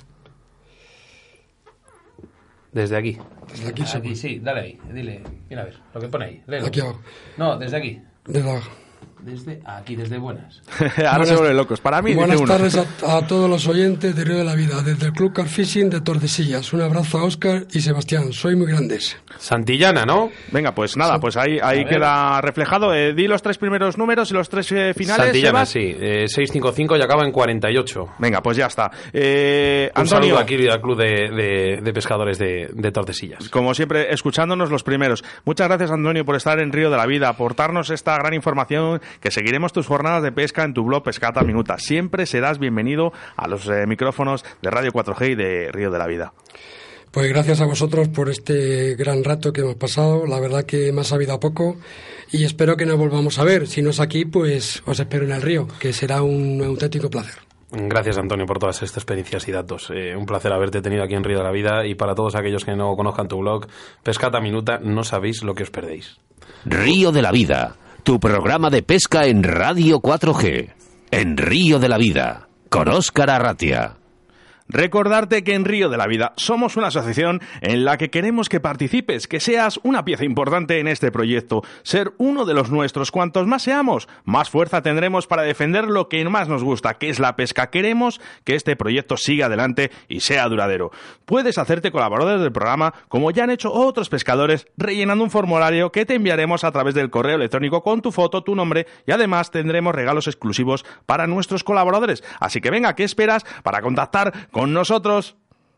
Desde aquí. Desde aquí, aquí sí, dale ahí, dile. Mira a ver, lo que pone ahí. Léelo. Aquí abajo. No, desde aquí. Desde abajo. Desde aquí, desde buenas. Ahora buenas, se vuelven locos. Para mí, buenas dice uno. tardes a, a todos los oyentes de Río de la Vida, desde el Club Car Fishing de Tordesillas. Un abrazo a Óscar y Sebastián, soy muy grandes. Santillana, ¿no? Venga, pues nada, pues ahí, ahí queda reflejado. Eh, di los tres primeros números y los tres eh, finales. Santillana, Sebas. sí. Eh, seiscientos cincuenta y cinco y acaba en cuarenta y ocho. Venga, pues ya está. Eh, Un Antonio, saludo aquí al Club de, de, de Pescadores de, de Tordesillas. como siempre, escuchándonos los primeros. Muchas gracias, Antonio, por estar en Río de la Vida, aportarnos esta gran información, que seguiremos tus jornadas de pesca en tu blog Pescata Minuta. Siempre serás bienvenido a los eh, micrófonos de Radio cuatro G y de Río de la Vida. Pues gracias a vosotros por este gran rato que hemos pasado. La verdad que me ha sabido a poco y espero que nos volvamos a ver. Si no es aquí, pues os espero en el río, que será un auténtico placer. Gracias, Antonio, por todas estas experiencias y datos. Eh, un placer haberte tenido aquí en Río de la Vida, y para todos aquellos que no conozcan tu blog, Pescata Minuta, no sabéis lo que os perdéis. Río de la Vida, tu programa de pesca en Radio cuatro G. En Río de la Vida, con Óscar Arratia. Recordarte que en Río de la Vida somos una asociación en la que queremos que participes, que seas una pieza importante en este proyecto, ser uno de los nuestros. Cuantos más seamos, más fuerza tendremos para defender lo que más nos gusta, que es la pesca. Queremos que este proyecto siga adelante y sea duradero. Puedes hacerte colaborador del programa, como ya han hecho otros pescadores, rellenando un formulario que te enviaremos a través del correo electrónico con tu foto, tu nombre, y además tendremos regalos exclusivos para nuestros colaboradores. Así que venga, ¿qué esperas para contactar con nosotros?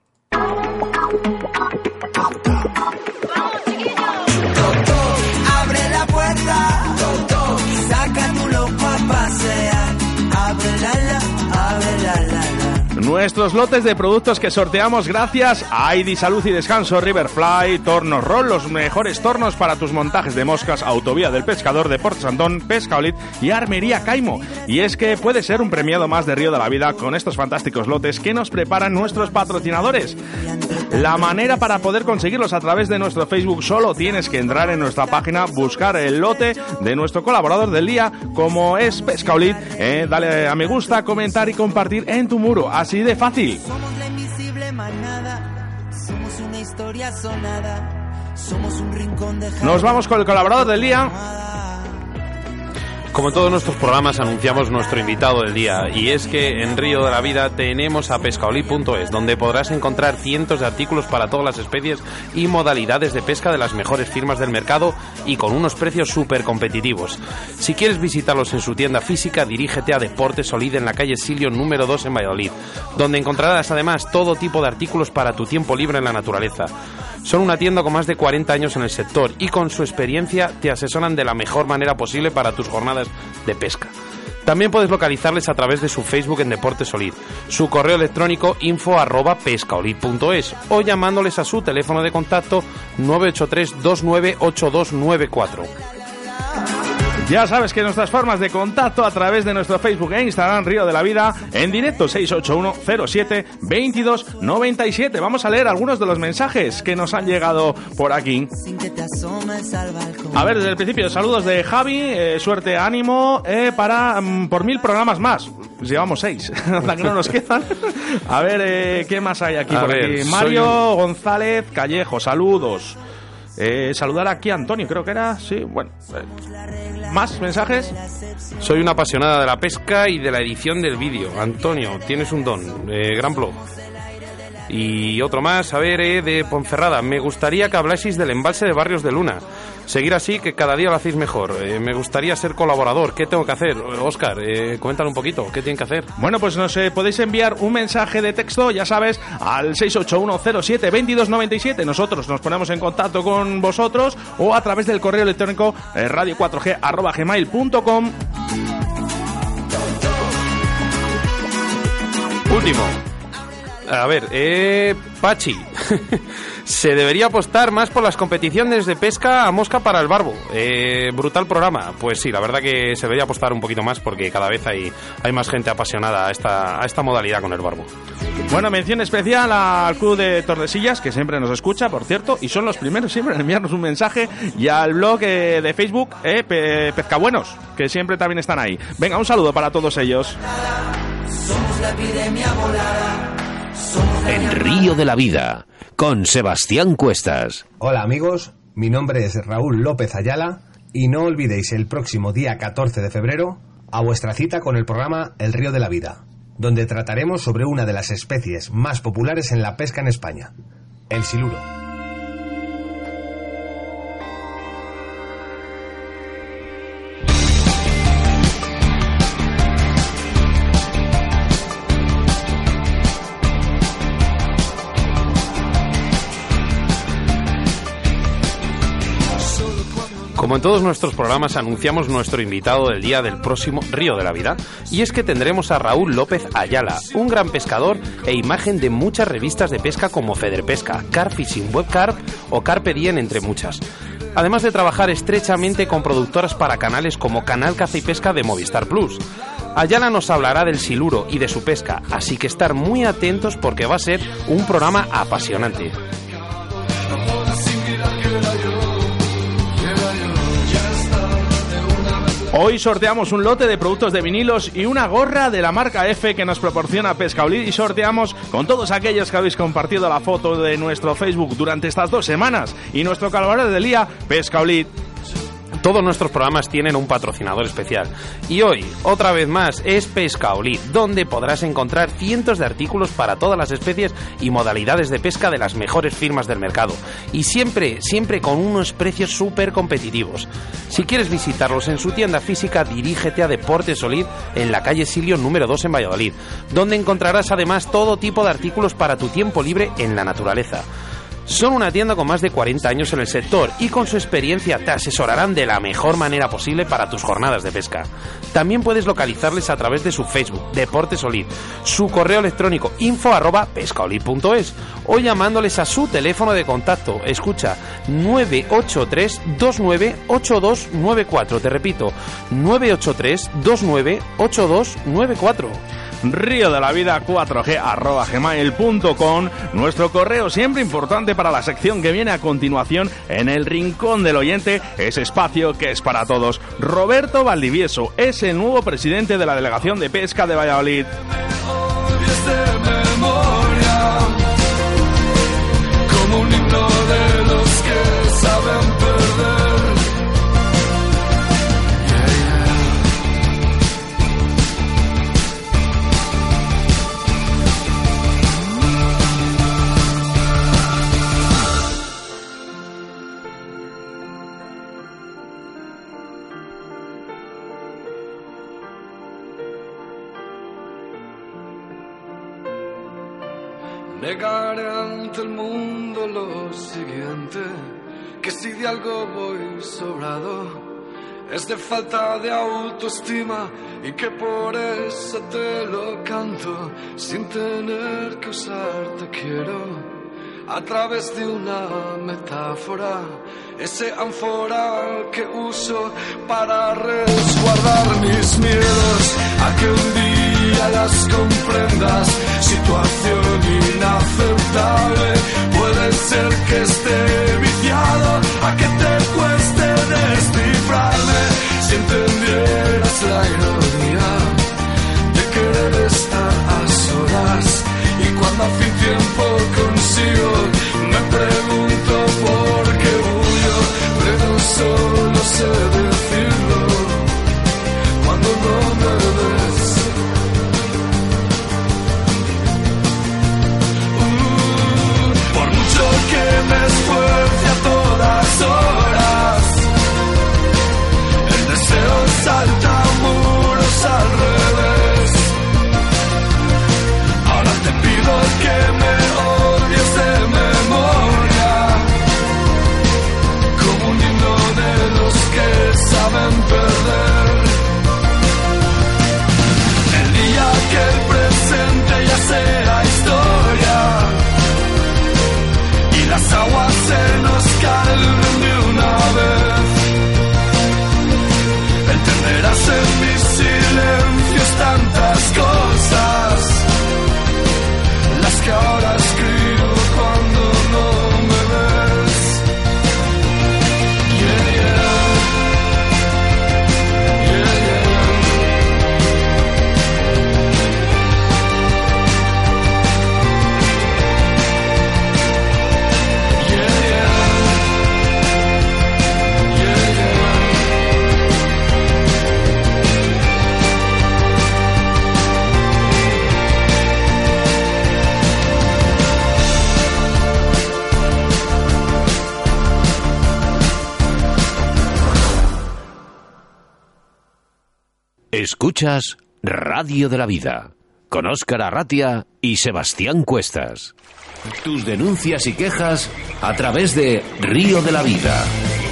Abre la puerta, saca tu loco a pasear, abre la la, abre la la. Nuestros lotes de productos que sorteamos gracias a I D Salud y Descanso, Riverfly, Tornos Roll, los mejores tornos para tus montajes de moscas, Autovía del Pescador, Deportes Antón, Pescaolit y Armería Caimo. Y es que puede ser un premiado más de Río de la Vida con estos fantásticos lotes que nos preparan nuestros patrocinadores. La manera para poder conseguirlos a través de nuestro Facebook: solo tienes que entrar en nuestra página, buscar el lote de nuestro colaborador del día, como es Pescaolit, eh, dale a me gusta, comentar y compartir en tu muro. Así de fácil. Somos la invisible manada, somos una historia sonada, somos un rincón de... Nos vamos con el colaborador del día. Como en todos nuestros programas anunciamos nuestro invitado del día, y es que en Río de la Vida tenemos a pescaolit punto es, donde podrás encontrar cientos de artículos para todas las especies y modalidades de pesca de las mejores firmas del mercado y con unos precios súper competitivos. Si quieres visitarlos en su tienda física, dirígete a Deportes Solid en la calle Silio número dos en Valladolid, donde encontrarás además todo tipo de artículos para tu tiempo libre en la naturaleza. Son una tienda con más de cuarenta años en el sector y con su experiencia te asesoran de la mejor manera posible para tus jornadas de pesca. También puedes localizarles a través de su Facebook en Deportes Solid, su correo electrónico info arroba pescaolit punto es o llamándoles a su teléfono de contacto nueve ocho tres dos nueve ocho dos nueve cuatro. Ya sabes que nuestras formas de contacto a través de nuestro Facebook e Instagram, Río de la Vida, en directo seis ocho uno cero siete veintidós noventa y siete. Vamos a leer algunos de los mensajes que nos han llegado por aquí. A ver, desde el principio, saludos de Javi, eh, suerte, ánimo, eh, para mm, por mil programas más. Llevamos seis, hasta que no nos quedan. A ver, eh, ¿qué más hay aquí? A Por ver, aquí. Mario soy... González Callejo, saludos. Eh, saludar aquí a Antonio, creo que era, sí, bueno. Eh, ¿Más mensajes? Soy una apasionada de la pesca y de la edición del vídeo. Antonio, tienes un don, eh, gran blog. Y otro más, a ver, eh, de Ponferrada. Me gustaría que hablaseis del embalse de Barrios de Luna. Seguir así, que cada día lo hacéis mejor. Eh, me gustaría ser colaborador. ¿Qué tengo que hacer? Óscar, eh, coméntale un poquito. ¿Qué tienen que hacer? Bueno, pues nos eh, podéis enviar un mensaje de texto, ya sabes, al seis ocho uno cero siete veintidós noventa y siete. Nosotros nos ponemos en contacto con vosotros o a través del correo electrónico eh, radio cuatro g arroba gmail punto com. Último. A ver, eh, Pachi, se debería apostar más por las competiciones de pesca a mosca para el barbo. Eh, brutal programa. Pues sí, la verdad que se debería apostar un poquito más porque cada vez hay, hay más gente apasionada a esta, a esta modalidad con el barbo. Bueno, mención especial al Club de Tordesillas, que siempre nos escucha, por cierto, y son los primeros siempre en enviarnos un mensaje, y al blog eh, de Facebook, eh, Pe- Pescabuenos, que siempre también están ahí. Venga, un saludo para todos ellos. Somos la epidemia volada. En Río de la Vida, con Sebastián Cuestas. Hola amigos, mi nombre es Raúl López Ayala y no olvidéis el próximo día catorce de febrero a vuestra cita con el programa El Río de la Vida, donde trataremos sobre una de las especies más populares en la pesca en España, el siluro. Como en todos nuestros programas anunciamos nuestro invitado del día del próximo Río de la Vida, y es que tendremos a Raúl López Ayala, un gran pescador e imagen de muchas revistas de pesca como Federpesca, Carp Fishing, Web Carp o Carpe Diem, entre muchas. Además de trabajar estrechamente con productoras para canales como Canal Caza y Pesca de Movistar Plus. Ayala nos hablará del siluro y de su pesca, así que estar muy atentos porque va a ser un programa apasionante. Hoy sorteamos un lote de productos de vinilos y una gorra de la marca F que nos proporciona Pescaolid, y sorteamos con todos aquellos que habéis compartido la foto de nuestro Facebook durante estas dos semanas y nuestro colaborador del día, Pescaolid. Todos nuestros programas tienen un patrocinador especial y hoy, otra vez más, es Pescaolid, donde podrás encontrar cientos de artículos para todas las especies y modalidades de pesca de las mejores firmas del mercado, y siempre, siempre con unos precios súper competitivos. Si quieres visitarlos en su tienda física, dirígete a Deportes Olid en la calle Silio número dos en Valladolid, donde encontrarás además todo tipo de artículos para tu tiempo libre en la naturaleza. Son una tienda con más de cuarenta años en el sector y con su experiencia te asesorarán de la mejor manera posible para tus jornadas de pesca. También puedes localizarles a través de su Facebook, Deportes Olid, su correo electrónico info arroba pescaolid punto es o llamándoles a su teléfono de contacto. Escucha, nueve ocho tres dos nueve ocho dos nueve cuatro. Te repito, nueve ocho tres dos nueve ocho dos nueve cuatro. Río de la Vida cuatro G arroba gmail punto com, nuestro correo siempre importante para la sección que viene a continuación en el Rincón del Oyente, ese espacio que es para todos. Roberto Valdivieso es el nuevo presidente de la Delegación de Pesca de Valladolid. Como un himno de los que saben perder. Negaré ante el mundo lo siguiente, que si de algo voy sobrado es de falta de autoestima, y que por eso te lo canto sin tener que usar te quiero a través de una metáfora, ese ánfora que uso para resguardar mis miedos a que un día las comprendas. Situación inaceptable, puede ser que esté viciado a que te cueste descifrarme. Si entendieras la ironía de querer estar a solas, y cuando a fin tiempo consigo me pregunto por qué huyo, pero solo sé decirlo cuando no me ves. Uh, por mucho que me esfuerce a todas horas, el deseo salta muros al revés. Ahora te pido que me odies de memoria, como un himno de los que saben perder. El día que el presente ya sea historia y las aguas se nos calmen de una vez, entenderás en mis silencios tantas cosas, las que ahora escribo cuando no me ves. Yeah, yeah. Yeah, yeah. Yeah, yeah. Yeah, yeah. Escuchas Radio de la Vida con Óscar Arratia y Sebastián Cuestas. Tus denuncias y quejas a través de Río de la Vida.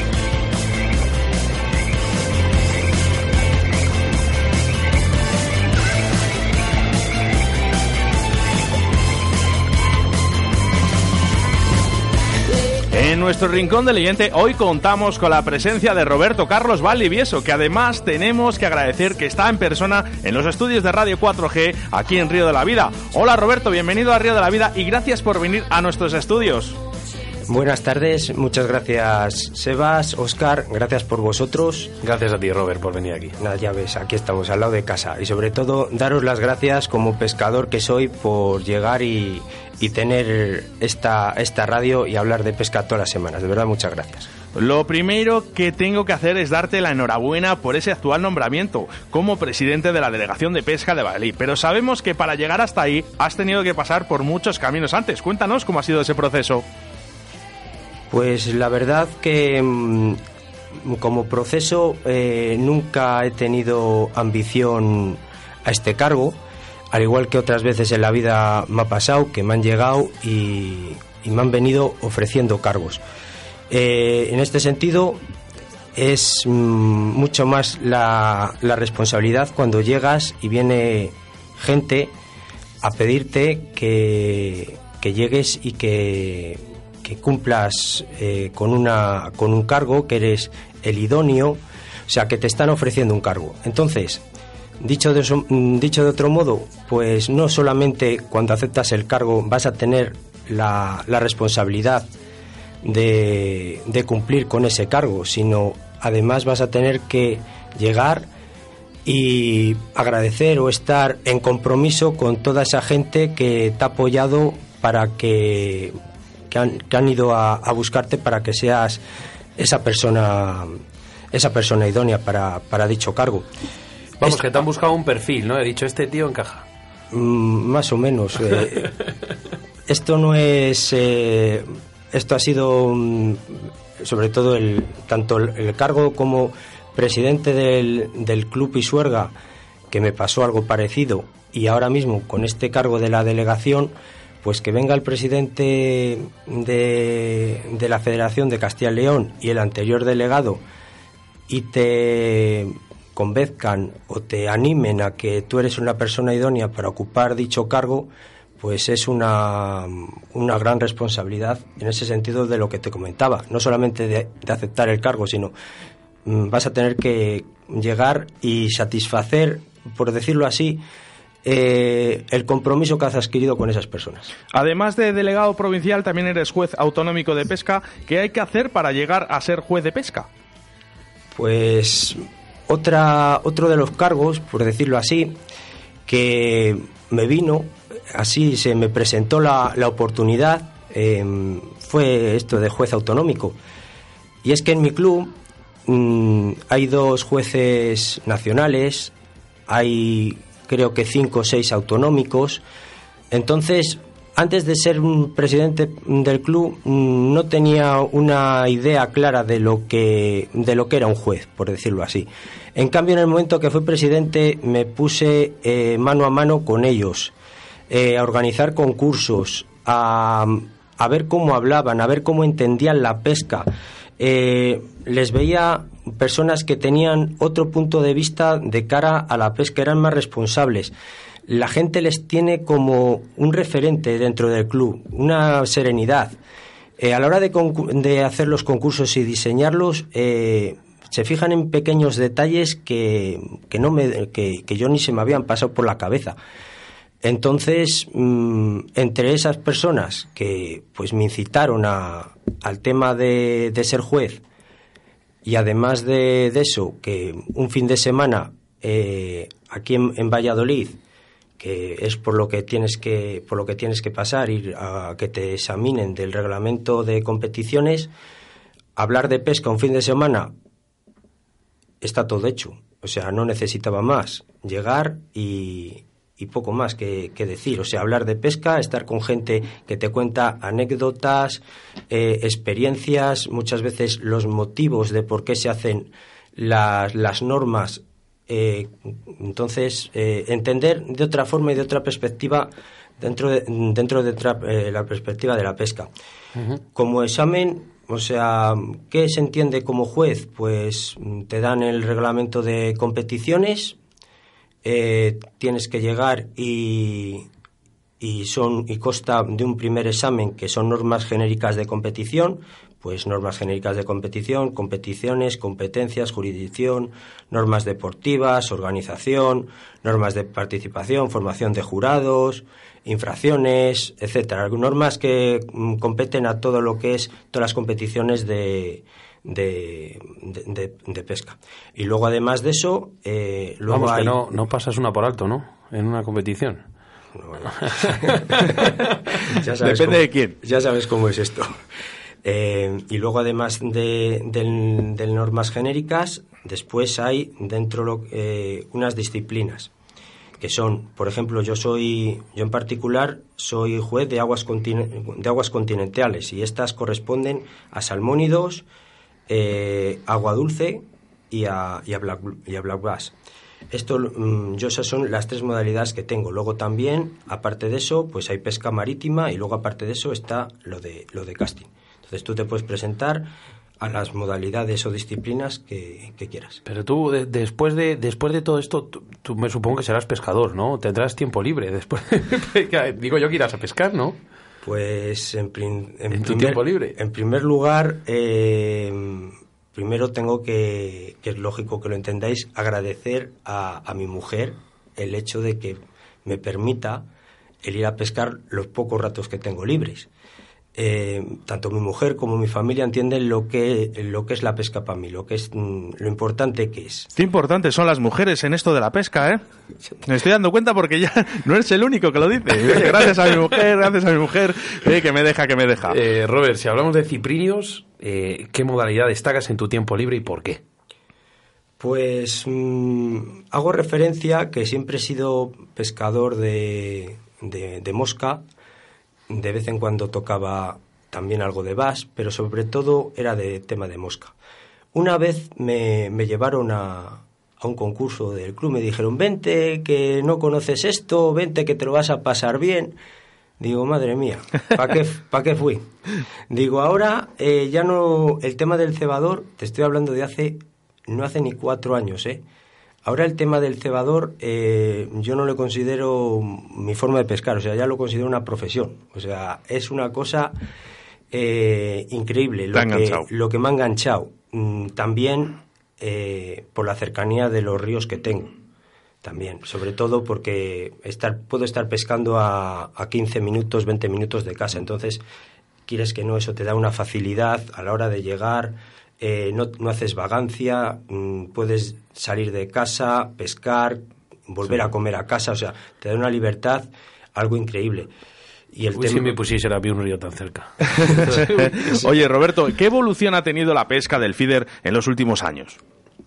En nuestro Rincón del Oyente hoy contamos con la presencia de Roberto Carlos Valdivieso, que además tenemos que agradecer que está en persona en los estudios de Radio cuatro G aquí en Río de la Vida. Hola Roberto, bienvenido a Río de la Vida y gracias por venir a nuestros estudios. Buenas tardes, muchas gracias Sebas, Óscar, gracias por vosotros. Gracias a ti, Robert, por venir aquí. Nada, ya ves, aquí estamos, al lado de casa. Y sobre todo, daros las gracias como pescador que soy por llegar y, y tener esta, esta radio y hablar de pesca todas las semanas. De verdad, muchas gracias. Lo primero que tengo que hacer es darte la enhorabuena por ese actual nombramiento como presidente de la Delegación de Pesca de Valladolid. Pero sabemos que para llegar hasta ahí has tenido que pasar por muchos caminos antes. Cuéntanos cómo ha sido ese proceso. Pues la verdad que mmm, como proceso eh, nunca he tenido ambición a este cargo, al igual que otras veces en la vida me ha pasado, que me han llegado y, y me han venido ofreciendo cargos. Eh, en este sentido es mmm, mucho más la, la responsabilidad cuando llegas y viene gente a pedirte que, que llegues y que que cumplas eh, con una con un cargo, que eres el idóneo, o sea, que te están ofreciendo un cargo. Entonces, dicho de, eso, dicho de otro modo, pues no solamente cuando aceptas el cargo vas a tener la, la responsabilidad de, de cumplir con ese cargo, sino además vas a tener que llegar y agradecer o estar en compromiso con toda esa gente que te ha apoyado para que Que han, que han ido a, a buscarte para que seas esa persona esa persona idónea para, para dicho cargo. Vamos, es, que te han buscado un perfil, ¿no? He dicho, este tío encaja. Mm, más o menos. Eh, esto no es... Eh, esto ha sido, mm, sobre todo, el tanto el, el cargo como presidente del, del Club Pisuerga, que me pasó algo parecido, y ahora mismo con este cargo de la delegación, pues que venga el presidente de, de la Federación de Castilla y León y el anterior delegado y te convenzcan o te animen a que tú eres una persona idónea para ocupar dicho cargo, pues es una, una gran responsabilidad en ese sentido de lo que te comentaba, no solamente de, de aceptar el cargo, sino mm, vas a tener que llegar y satisfacer, por decirlo así, Eh, el compromiso que has adquirido con esas personas. Además de delegado provincial, también eres juez autonómico de pesca. ¿Qué hay que hacer para llegar a ser juez de pesca? Pues otra, otro de los cargos, por decirlo así, que me vino, así se me presentó la, la oportunidad, eh, fue esto de juez autonómico. Y es que en mi club mmm, hay dos jueces nacionales, hay creo que cinco o seis autonómicos. Entonces, antes de ser un presidente del club, no tenía una idea clara de lo que de lo que era un juez, por decirlo así. En cambio, en el momento que fui presidente, me puse eh, mano a mano con ellos, eh, a organizar concursos, a, a ver cómo hablaban, a ver cómo entendían la pesca. Eh, les veía personas que tenían otro punto de vista de cara a la pesca, eran más responsables. La gente les tiene como un referente dentro del club, una serenidad. Eh, a la hora de, de hacer los concursos y diseñarlos, eh, se fijan en pequeños detalles que, que, no me, que, que yo ni se me habían pasado por la cabeza. Entonces, mmm, entre esas personas que pues me incitaron a, al tema de, de ser juez, y además de, de eso, que un fin de semana eh, aquí en, en Valladolid, que es por lo que tienes que por lo que tienes que pasar, ir a que te examinen del reglamento de competiciones, hablar de pesca un fin de semana, está todo hecho. O sea, no necesitaba más, llegar y, y poco más que, que decir. O sea, hablar de pesca, estar con gente que te cuenta anécdotas, eh, experiencias, muchas veces los motivos de por qué se hacen las, las normas. Eh, entonces, eh, entender de otra forma y de otra perspectiva dentro de, dentro de otra, eh, la perspectiva de la pesca. Uh-huh. Como examen, o sea, ¿qué se entiende como juez? Pues te dan el reglamento de competiciones, eh, tienes que llegar y, y, son, y consta de un primer examen que son normas genéricas de competición, pues normas genéricas de competición, competiciones, competencias, jurisdicción, normas deportivas, organización, normas de participación, formación de jurados, infracciones, etcétera, normas que mm, competen a todo lo que es todas las competiciones de de, de, de, de pesca. Y luego además de eso, eh, luego Vamos, hay... que no, no pasas una por alto, ¿no? En una competición. Bueno. Ya sabes Depende cómo, de quién. Ya sabes cómo es esto. Eh, y luego, además de, de, de normas genéricas, después hay dentro lo, eh, unas disciplinas que son, por ejemplo, yo soy, yo en particular soy juez de aguas continen, de aguas continentales, y estas corresponden a salmónidos, eh, agua dulce y a, y a black, y a black bass. Esto, yo esas son las tres modalidades que tengo. Luego también, aparte de eso, pues hay pesca marítima, y luego aparte de eso está lo de lo de casting. Entonces tú te puedes presentar a las modalidades o disciplinas que, que quieras. Pero tú, de, después de después de todo esto, tú, tú me supongo que serás pescador, ¿no? Tendrás tiempo libre después. Digo yo que irás a pescar, ¿no? Pues en, prim, en, ¿En tu primer, tiempo libre? En primer lugar, eh, primero tengo que, que es lógico que lo entendáis, agradecer a, a mi mujer el hecho de que me permita el ir a pescar los pocos ratos que tengo libres. Eh, tanto mi mujer como mi familia entienden lo que lo que es la pesca para mí, lo que es lo importante que es. Qué importantes son las mujeres en esto de la pesca, ¿eh? Me estoy dando cuenta porque ya no eres el único que lo dice. Oye, gracias a mi mujer, gracias a mi mujer, eh, que me deja, que me deja. Eh, Robert, si hablamos de ciprinios, eh, ¿qué modalidad destacas en tu tiempo libre y por qué? Pues mmm, hago referencia que siempre he sido pescador de, de, de mosca. De vez en cuando tocaba también algo de bass, pero sobre todo era de tema de mosca. Una vez me, me llevaron a, a un concurso del club, me dijeron, vente, que no conoces esto, vente, que te lo vas a pasar bien. Digo, madre mía, ¿para qué, ¿pa qué fui? Digo, ahora eh, ya no, el tema del cebador, te estoy hablando de hace, no hace ni cuatro años, ¿eh? Ahora el tema del cebador eh, yo no lo considero mi forma de pescar, o sea, ya lo considero una profesión. O sea, es una cosa eh, increíble lo que, lo que me ha enganchado. Mm, también eh, por la cercanía de los ríos que tengo. También, sobre todo porque estar, puedo estar pescando a, a quince minutos, veinte minutos de casa. Entonces, quieres que no, eso te da una facilidad a la hora de llegar. Eh, no, no haces vagancia, mmm, puedes salir de casa, pescar, volver sí. a comer a casa, o sea, te da una libertad, algo increíble. Y el Uy, tema... si me pusiese a un río tan cerca. Oye, Roberto, ¿qué evolución ha tenido la pesca del feeder en los últimos años?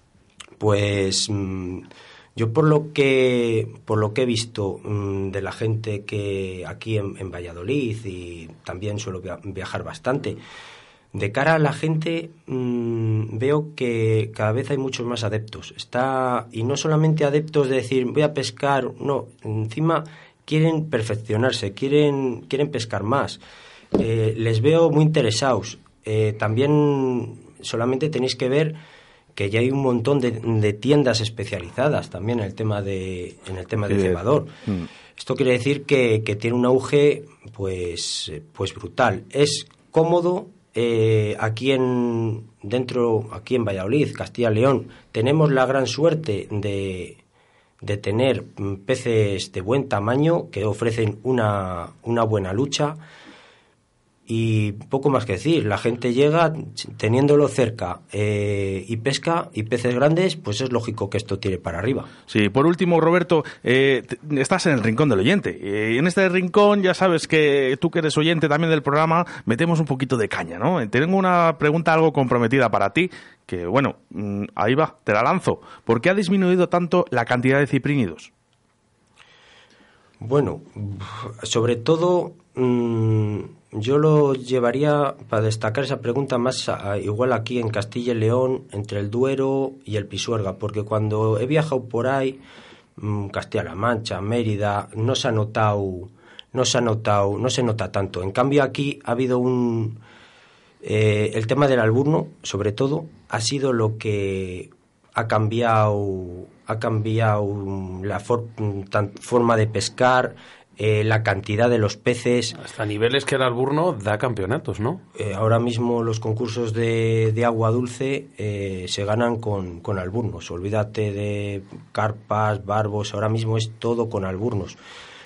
Pues mmm, yo por lo que por lo que he visto mmm, de la gente que aquí en, en Valladolid, y también suelo viajar bastante, de cara a la gente mmm, veo que cada vez hay muchos más adeptos. Está, y no solamente adeptos de decir voy a pescar, no, encima quieren perfeccionarse, quieren, quieren pescar más. Eh, les veo muy interesados. Eh, también solamente tenéis que ver que ya hay un montón de, de tiendas especializadas también en el tema de en el tema sí, del cebador. Mm. Esto quiere decir que, que tiene un auge pues, pues brutal. Es cómodo. Eh, aquí en dentro aquí en Valladolid, Castilla y León, tenemos la gran suerte de, de tener peces de buen tamaño que ofrecen una, una buena lucha, y poco más que decir. La gente llega teniéndolo cerca eh, y pesca, y peces grandes, pues es lógico que esto tire para arriba. Sí, por último, Roberto, eh, estás en el rincón del oyente. Eh, en este rincón ya sabes que tú, que eres oyente también del programa, metemos un poquito de caña, ¿no? Tengo una pregunta algo comprometida para ti, que bueno, ahí va, te la lanzo. ¿Por qué ha disminuido tanto la cantidad de ciprínidos? Bueno, sobre todo... Mmm, yo lo llevaría, para destacar esa pregunta, más a, igual aquí en Castilla y León, entre el Duero y el Pisuerga, porque cuando he viajado por ahí, mmm, Castilla-La Mancha, Mérida, no se ha notado, no se ha notado, no se nota tanto. En cambio aquí ha habido un, eh, el tema del alburno, sobre todo, ha sido lo que ha cambiado, ha cambiado la for, tan, forma de pescar. Eh, la cantidad de los peces. Hasta niveles que el alburno da campeonatos, ¿no? Eh, ahora mismo los concursos de, de agua dulce eh, se ganan con, con alburnos. Olvídate de carpas, barbos, ahora mismo es todo con alburnos.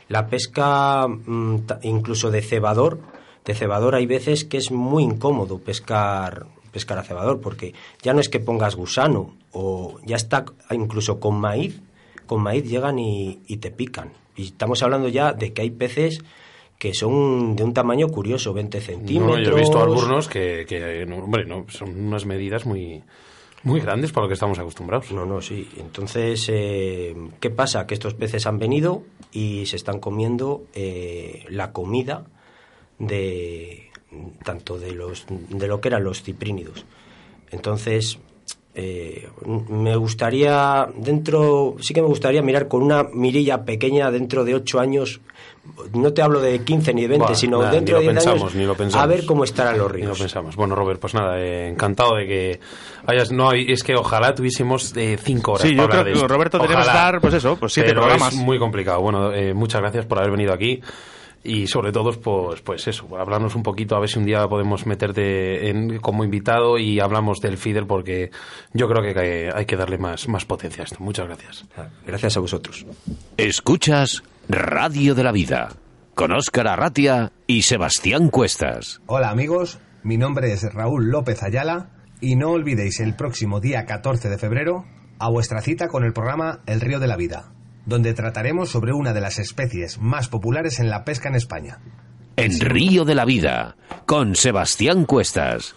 La pesca, incluso de cebador, de cebador hay veces que es muy incómodo pescar, pescar a cebador, porque ya no es que pongas gusano, o ya está incluso con maíz, con maíz llegan y, y te pican. Y estamos hablando ya de que hay peces que son de un tamaño curioso, veinte centímetros. No, yo he visto alburnos que, que no, hombre, no, son unas medidas muy, muy grandes para lo que estamos acostumbrados. No, no, sí. Entonces, eh, ¿qué pasa? Que estos peces han venido y se están comiendo eh, la comida de tanto de los de lo que eran los ciprínidos. Entonces, eh, me gustaría, dentro, sí que me gustaría mirar con una mirilla pequeña dentro de ocho años. No te hablo de quince ni de veinte, bueno, sino nada, dentro de diez años, ni lo pensamos, a ver cómo estarán los ríos. Ni lo pensamos. Bueno, Robert, pues nada, eh, encantado de que hayas... No, es que ojalá tuviésemos eh, cinco horas sí, para yo creo que con Roberto tenemos que dar, pues eso, pues siete pero programas. Es muy complicado. Bueno, eh, muchas gracias por haber venido aquí. Y sobre todo, pues, pues eso, hablarnos un poquito, a ver si un día podemos meterte en, como invitado y hablamos del feeder, porque yo creo que hay que darle más, más potencia a esto. Muchas gracias. Gracias a vosotros. Escuchas Radio de la Vida, con Óscar Arratia y Sebastián Cuestas. Hola amigos, mi nombre es Raúl López Ayala y no olvidéis el próximo día catorce de febrero a vuestra cita con el programa El Río de la Vida, donde trataremos sobre una de las especies más populares en la pesca en España. En Río de la Vida, con Sebastián Cuestas.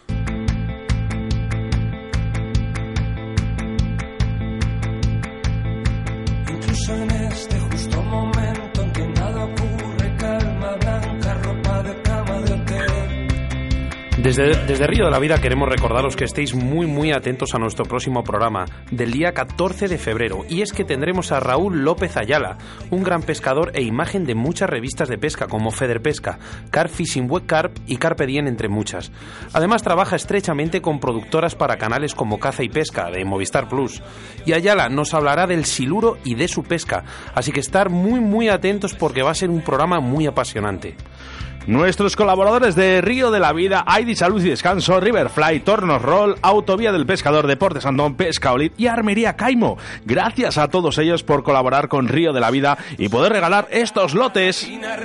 Incluso en este justo momento en que nada ocurre, calma blanca, ropa de cama de hotel. Desde, desde Río de la Vida queremos recordaros que estéis muy muy atentos a nuestro próximo programa del día catorce de febrero, y es que tendremos a Raúl López Ayala, un gran pescador e imagen de muchas revistas de pesca como Feder Pesca, Carp Fishing Web Carp y Carpe Diem, entre muchas. Además trabaja estrechamente con productoras para canales como Caza y Pesca de Movistar Plus, y Ayala nos hablará del siluro y de su pesca, así que estar muy muy atentos porque va a ser un programa muy apasionante. Nuestros colaboradores de Río de la Vida, I D Salud y Descanso, Riverfly, Tornos Roll, Autovía del Pescador, Deportes Andón, Pescaolid y Armería Caimo. Gracias a todos ellos por colaborar con Río de la Vida y poder regalar estos lotes.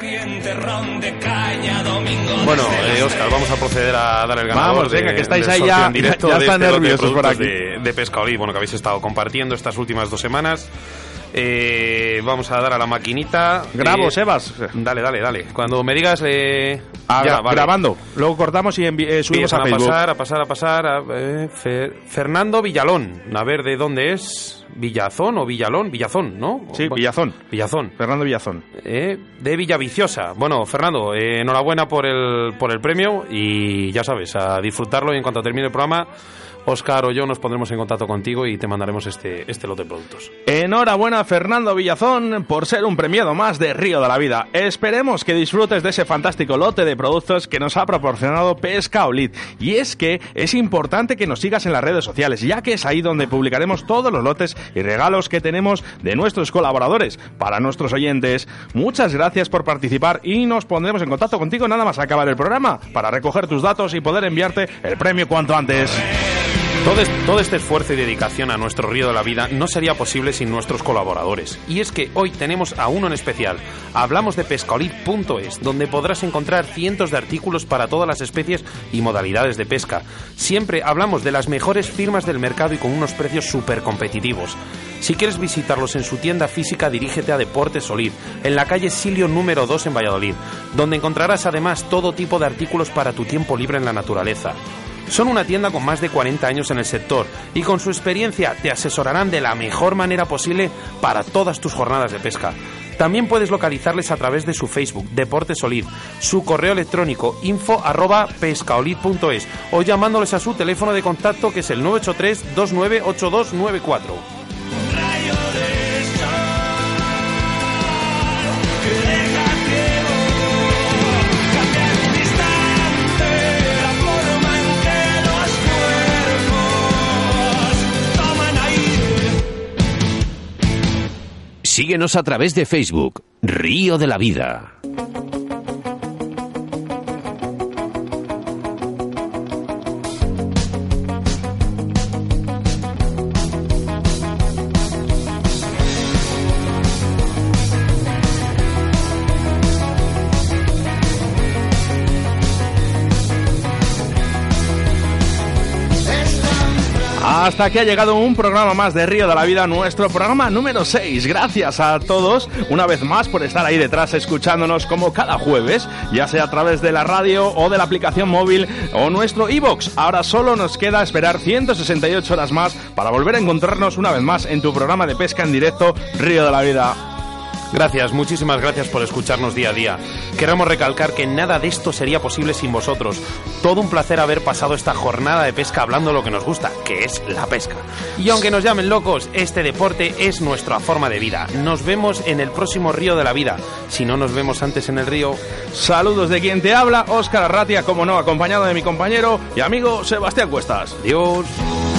Bueno, eh, Óscar, vamos a proceder a dar el ganador. Vamos, venga, de, que estáis ahí ya, en directo ya de están este nerviosos por aquí. De, de Pescaolid, bueno, que habéis estado compartiendo estas últimas dos semanas. Eh, vamos a dar a la maquinita. Grabo, eh, Sebas. Dale, dale, dale. Cuando me digas... Eh, ah, ya, vale. Grabando. Luego cortamos y envi- eh, subimos a, a Facebook. A pasar, a pasar, a pasar. A, eh, Fer, Fernando Villalón. A ver, ¿de dónde es? ¿Villazón o Villalón? Villazón, ¿no? Sí, Villazón. Villazón. Fernando Villazón. Eh, de Villaviciosa. Bueno, Fernando, eh, enhorabuena por el, por el premio y ya sabes, a disfrutarlo, y en cuanto termine el programa, Óscar o yo nos pondremos en contacto contigo y te mandaremos este, este lote de productos. Enhorabuena, Fernando Villazón, por ser un premiado más de Río de la Vida. Esperemos que disfrutes de ese fantástico lote de productos que nos ha proporcionado Pescaolid. Y es que es importante que nos sigas en las redes sociales, ya que es ahí donde publicaremos todos los lotes y regalos que tenemos de nuestros colaboradores. Para nuestros oyentes, muchas gracias por participar y nos pondremos en contacto contigo nada más acabar el programa para recoger tus datos y poder enviarte el premio cuanto antes. Todo, es, todo este esfuerzo y dedicación a nuestro Río de la Vida no sería posible sin nuestros colaboradores. Y es que hoy tenemos a uno en especial. Hablamos de pescaolid punto es, donde podrás encontrar cientos de artículos para todas las especies y modalidades de pesca. Siempre hablamos de las mejores firmas del mercado y con unos precios súper competitivos. Si quieres visitarlos en su tienda física, dirígete a Deportes Olid, en la calle Silio número dos en Valladolid, donde encontrarás además todo tipo de artículos para tu tiempo libre en la naturaleza. Son una tienda con más de cuarenta años en el sector y con su experiencia te asesorarán de la mejor manera posible para todas tus jornadas de pesca. También puedes localizarles a través de su Facebook, Deportes Olid, su correo electrónico info arroba pescaolid punto es o llamándoles a su teléfono de contacto, que es el nueve ocho tres dos nueve ocho dos nueve cuatro. Síguenos a través de Facebook, Río de la Vida. Hasta aquí ha llegado un programa más de Río de la Vida, nuestro programa número seis. Gracias a todos una vez más por estar ahí detrás escuchándonos como cada jueves, ya sea a través de la radio o de la aplicación móvil o nuestro iVoox. Ahora solo nos queda esperar ciento sesenta y ocho horas más para volver a encontrarnos una vez más en tu programa de pesca en directo, Río de la Vida. Gracias, muchísimas gracias por escucharnos día a día. Queremos recalcar que nada de esto sería posible sin vosotros. Todo un placer haber pasado esta jornada de pesca hablando de lo que nos gusta, que es la pesca. Y aunque nos llamen locos, este deporte es nuestra forma de vida. Nos vemos en el próximo Río de la Vida. Si no nos vemos antes en el río... Saludos de quien te habla, Óscar Arratia, como no, acompañado de mi compañero y amigo Sebastián Cuestas. Adiós.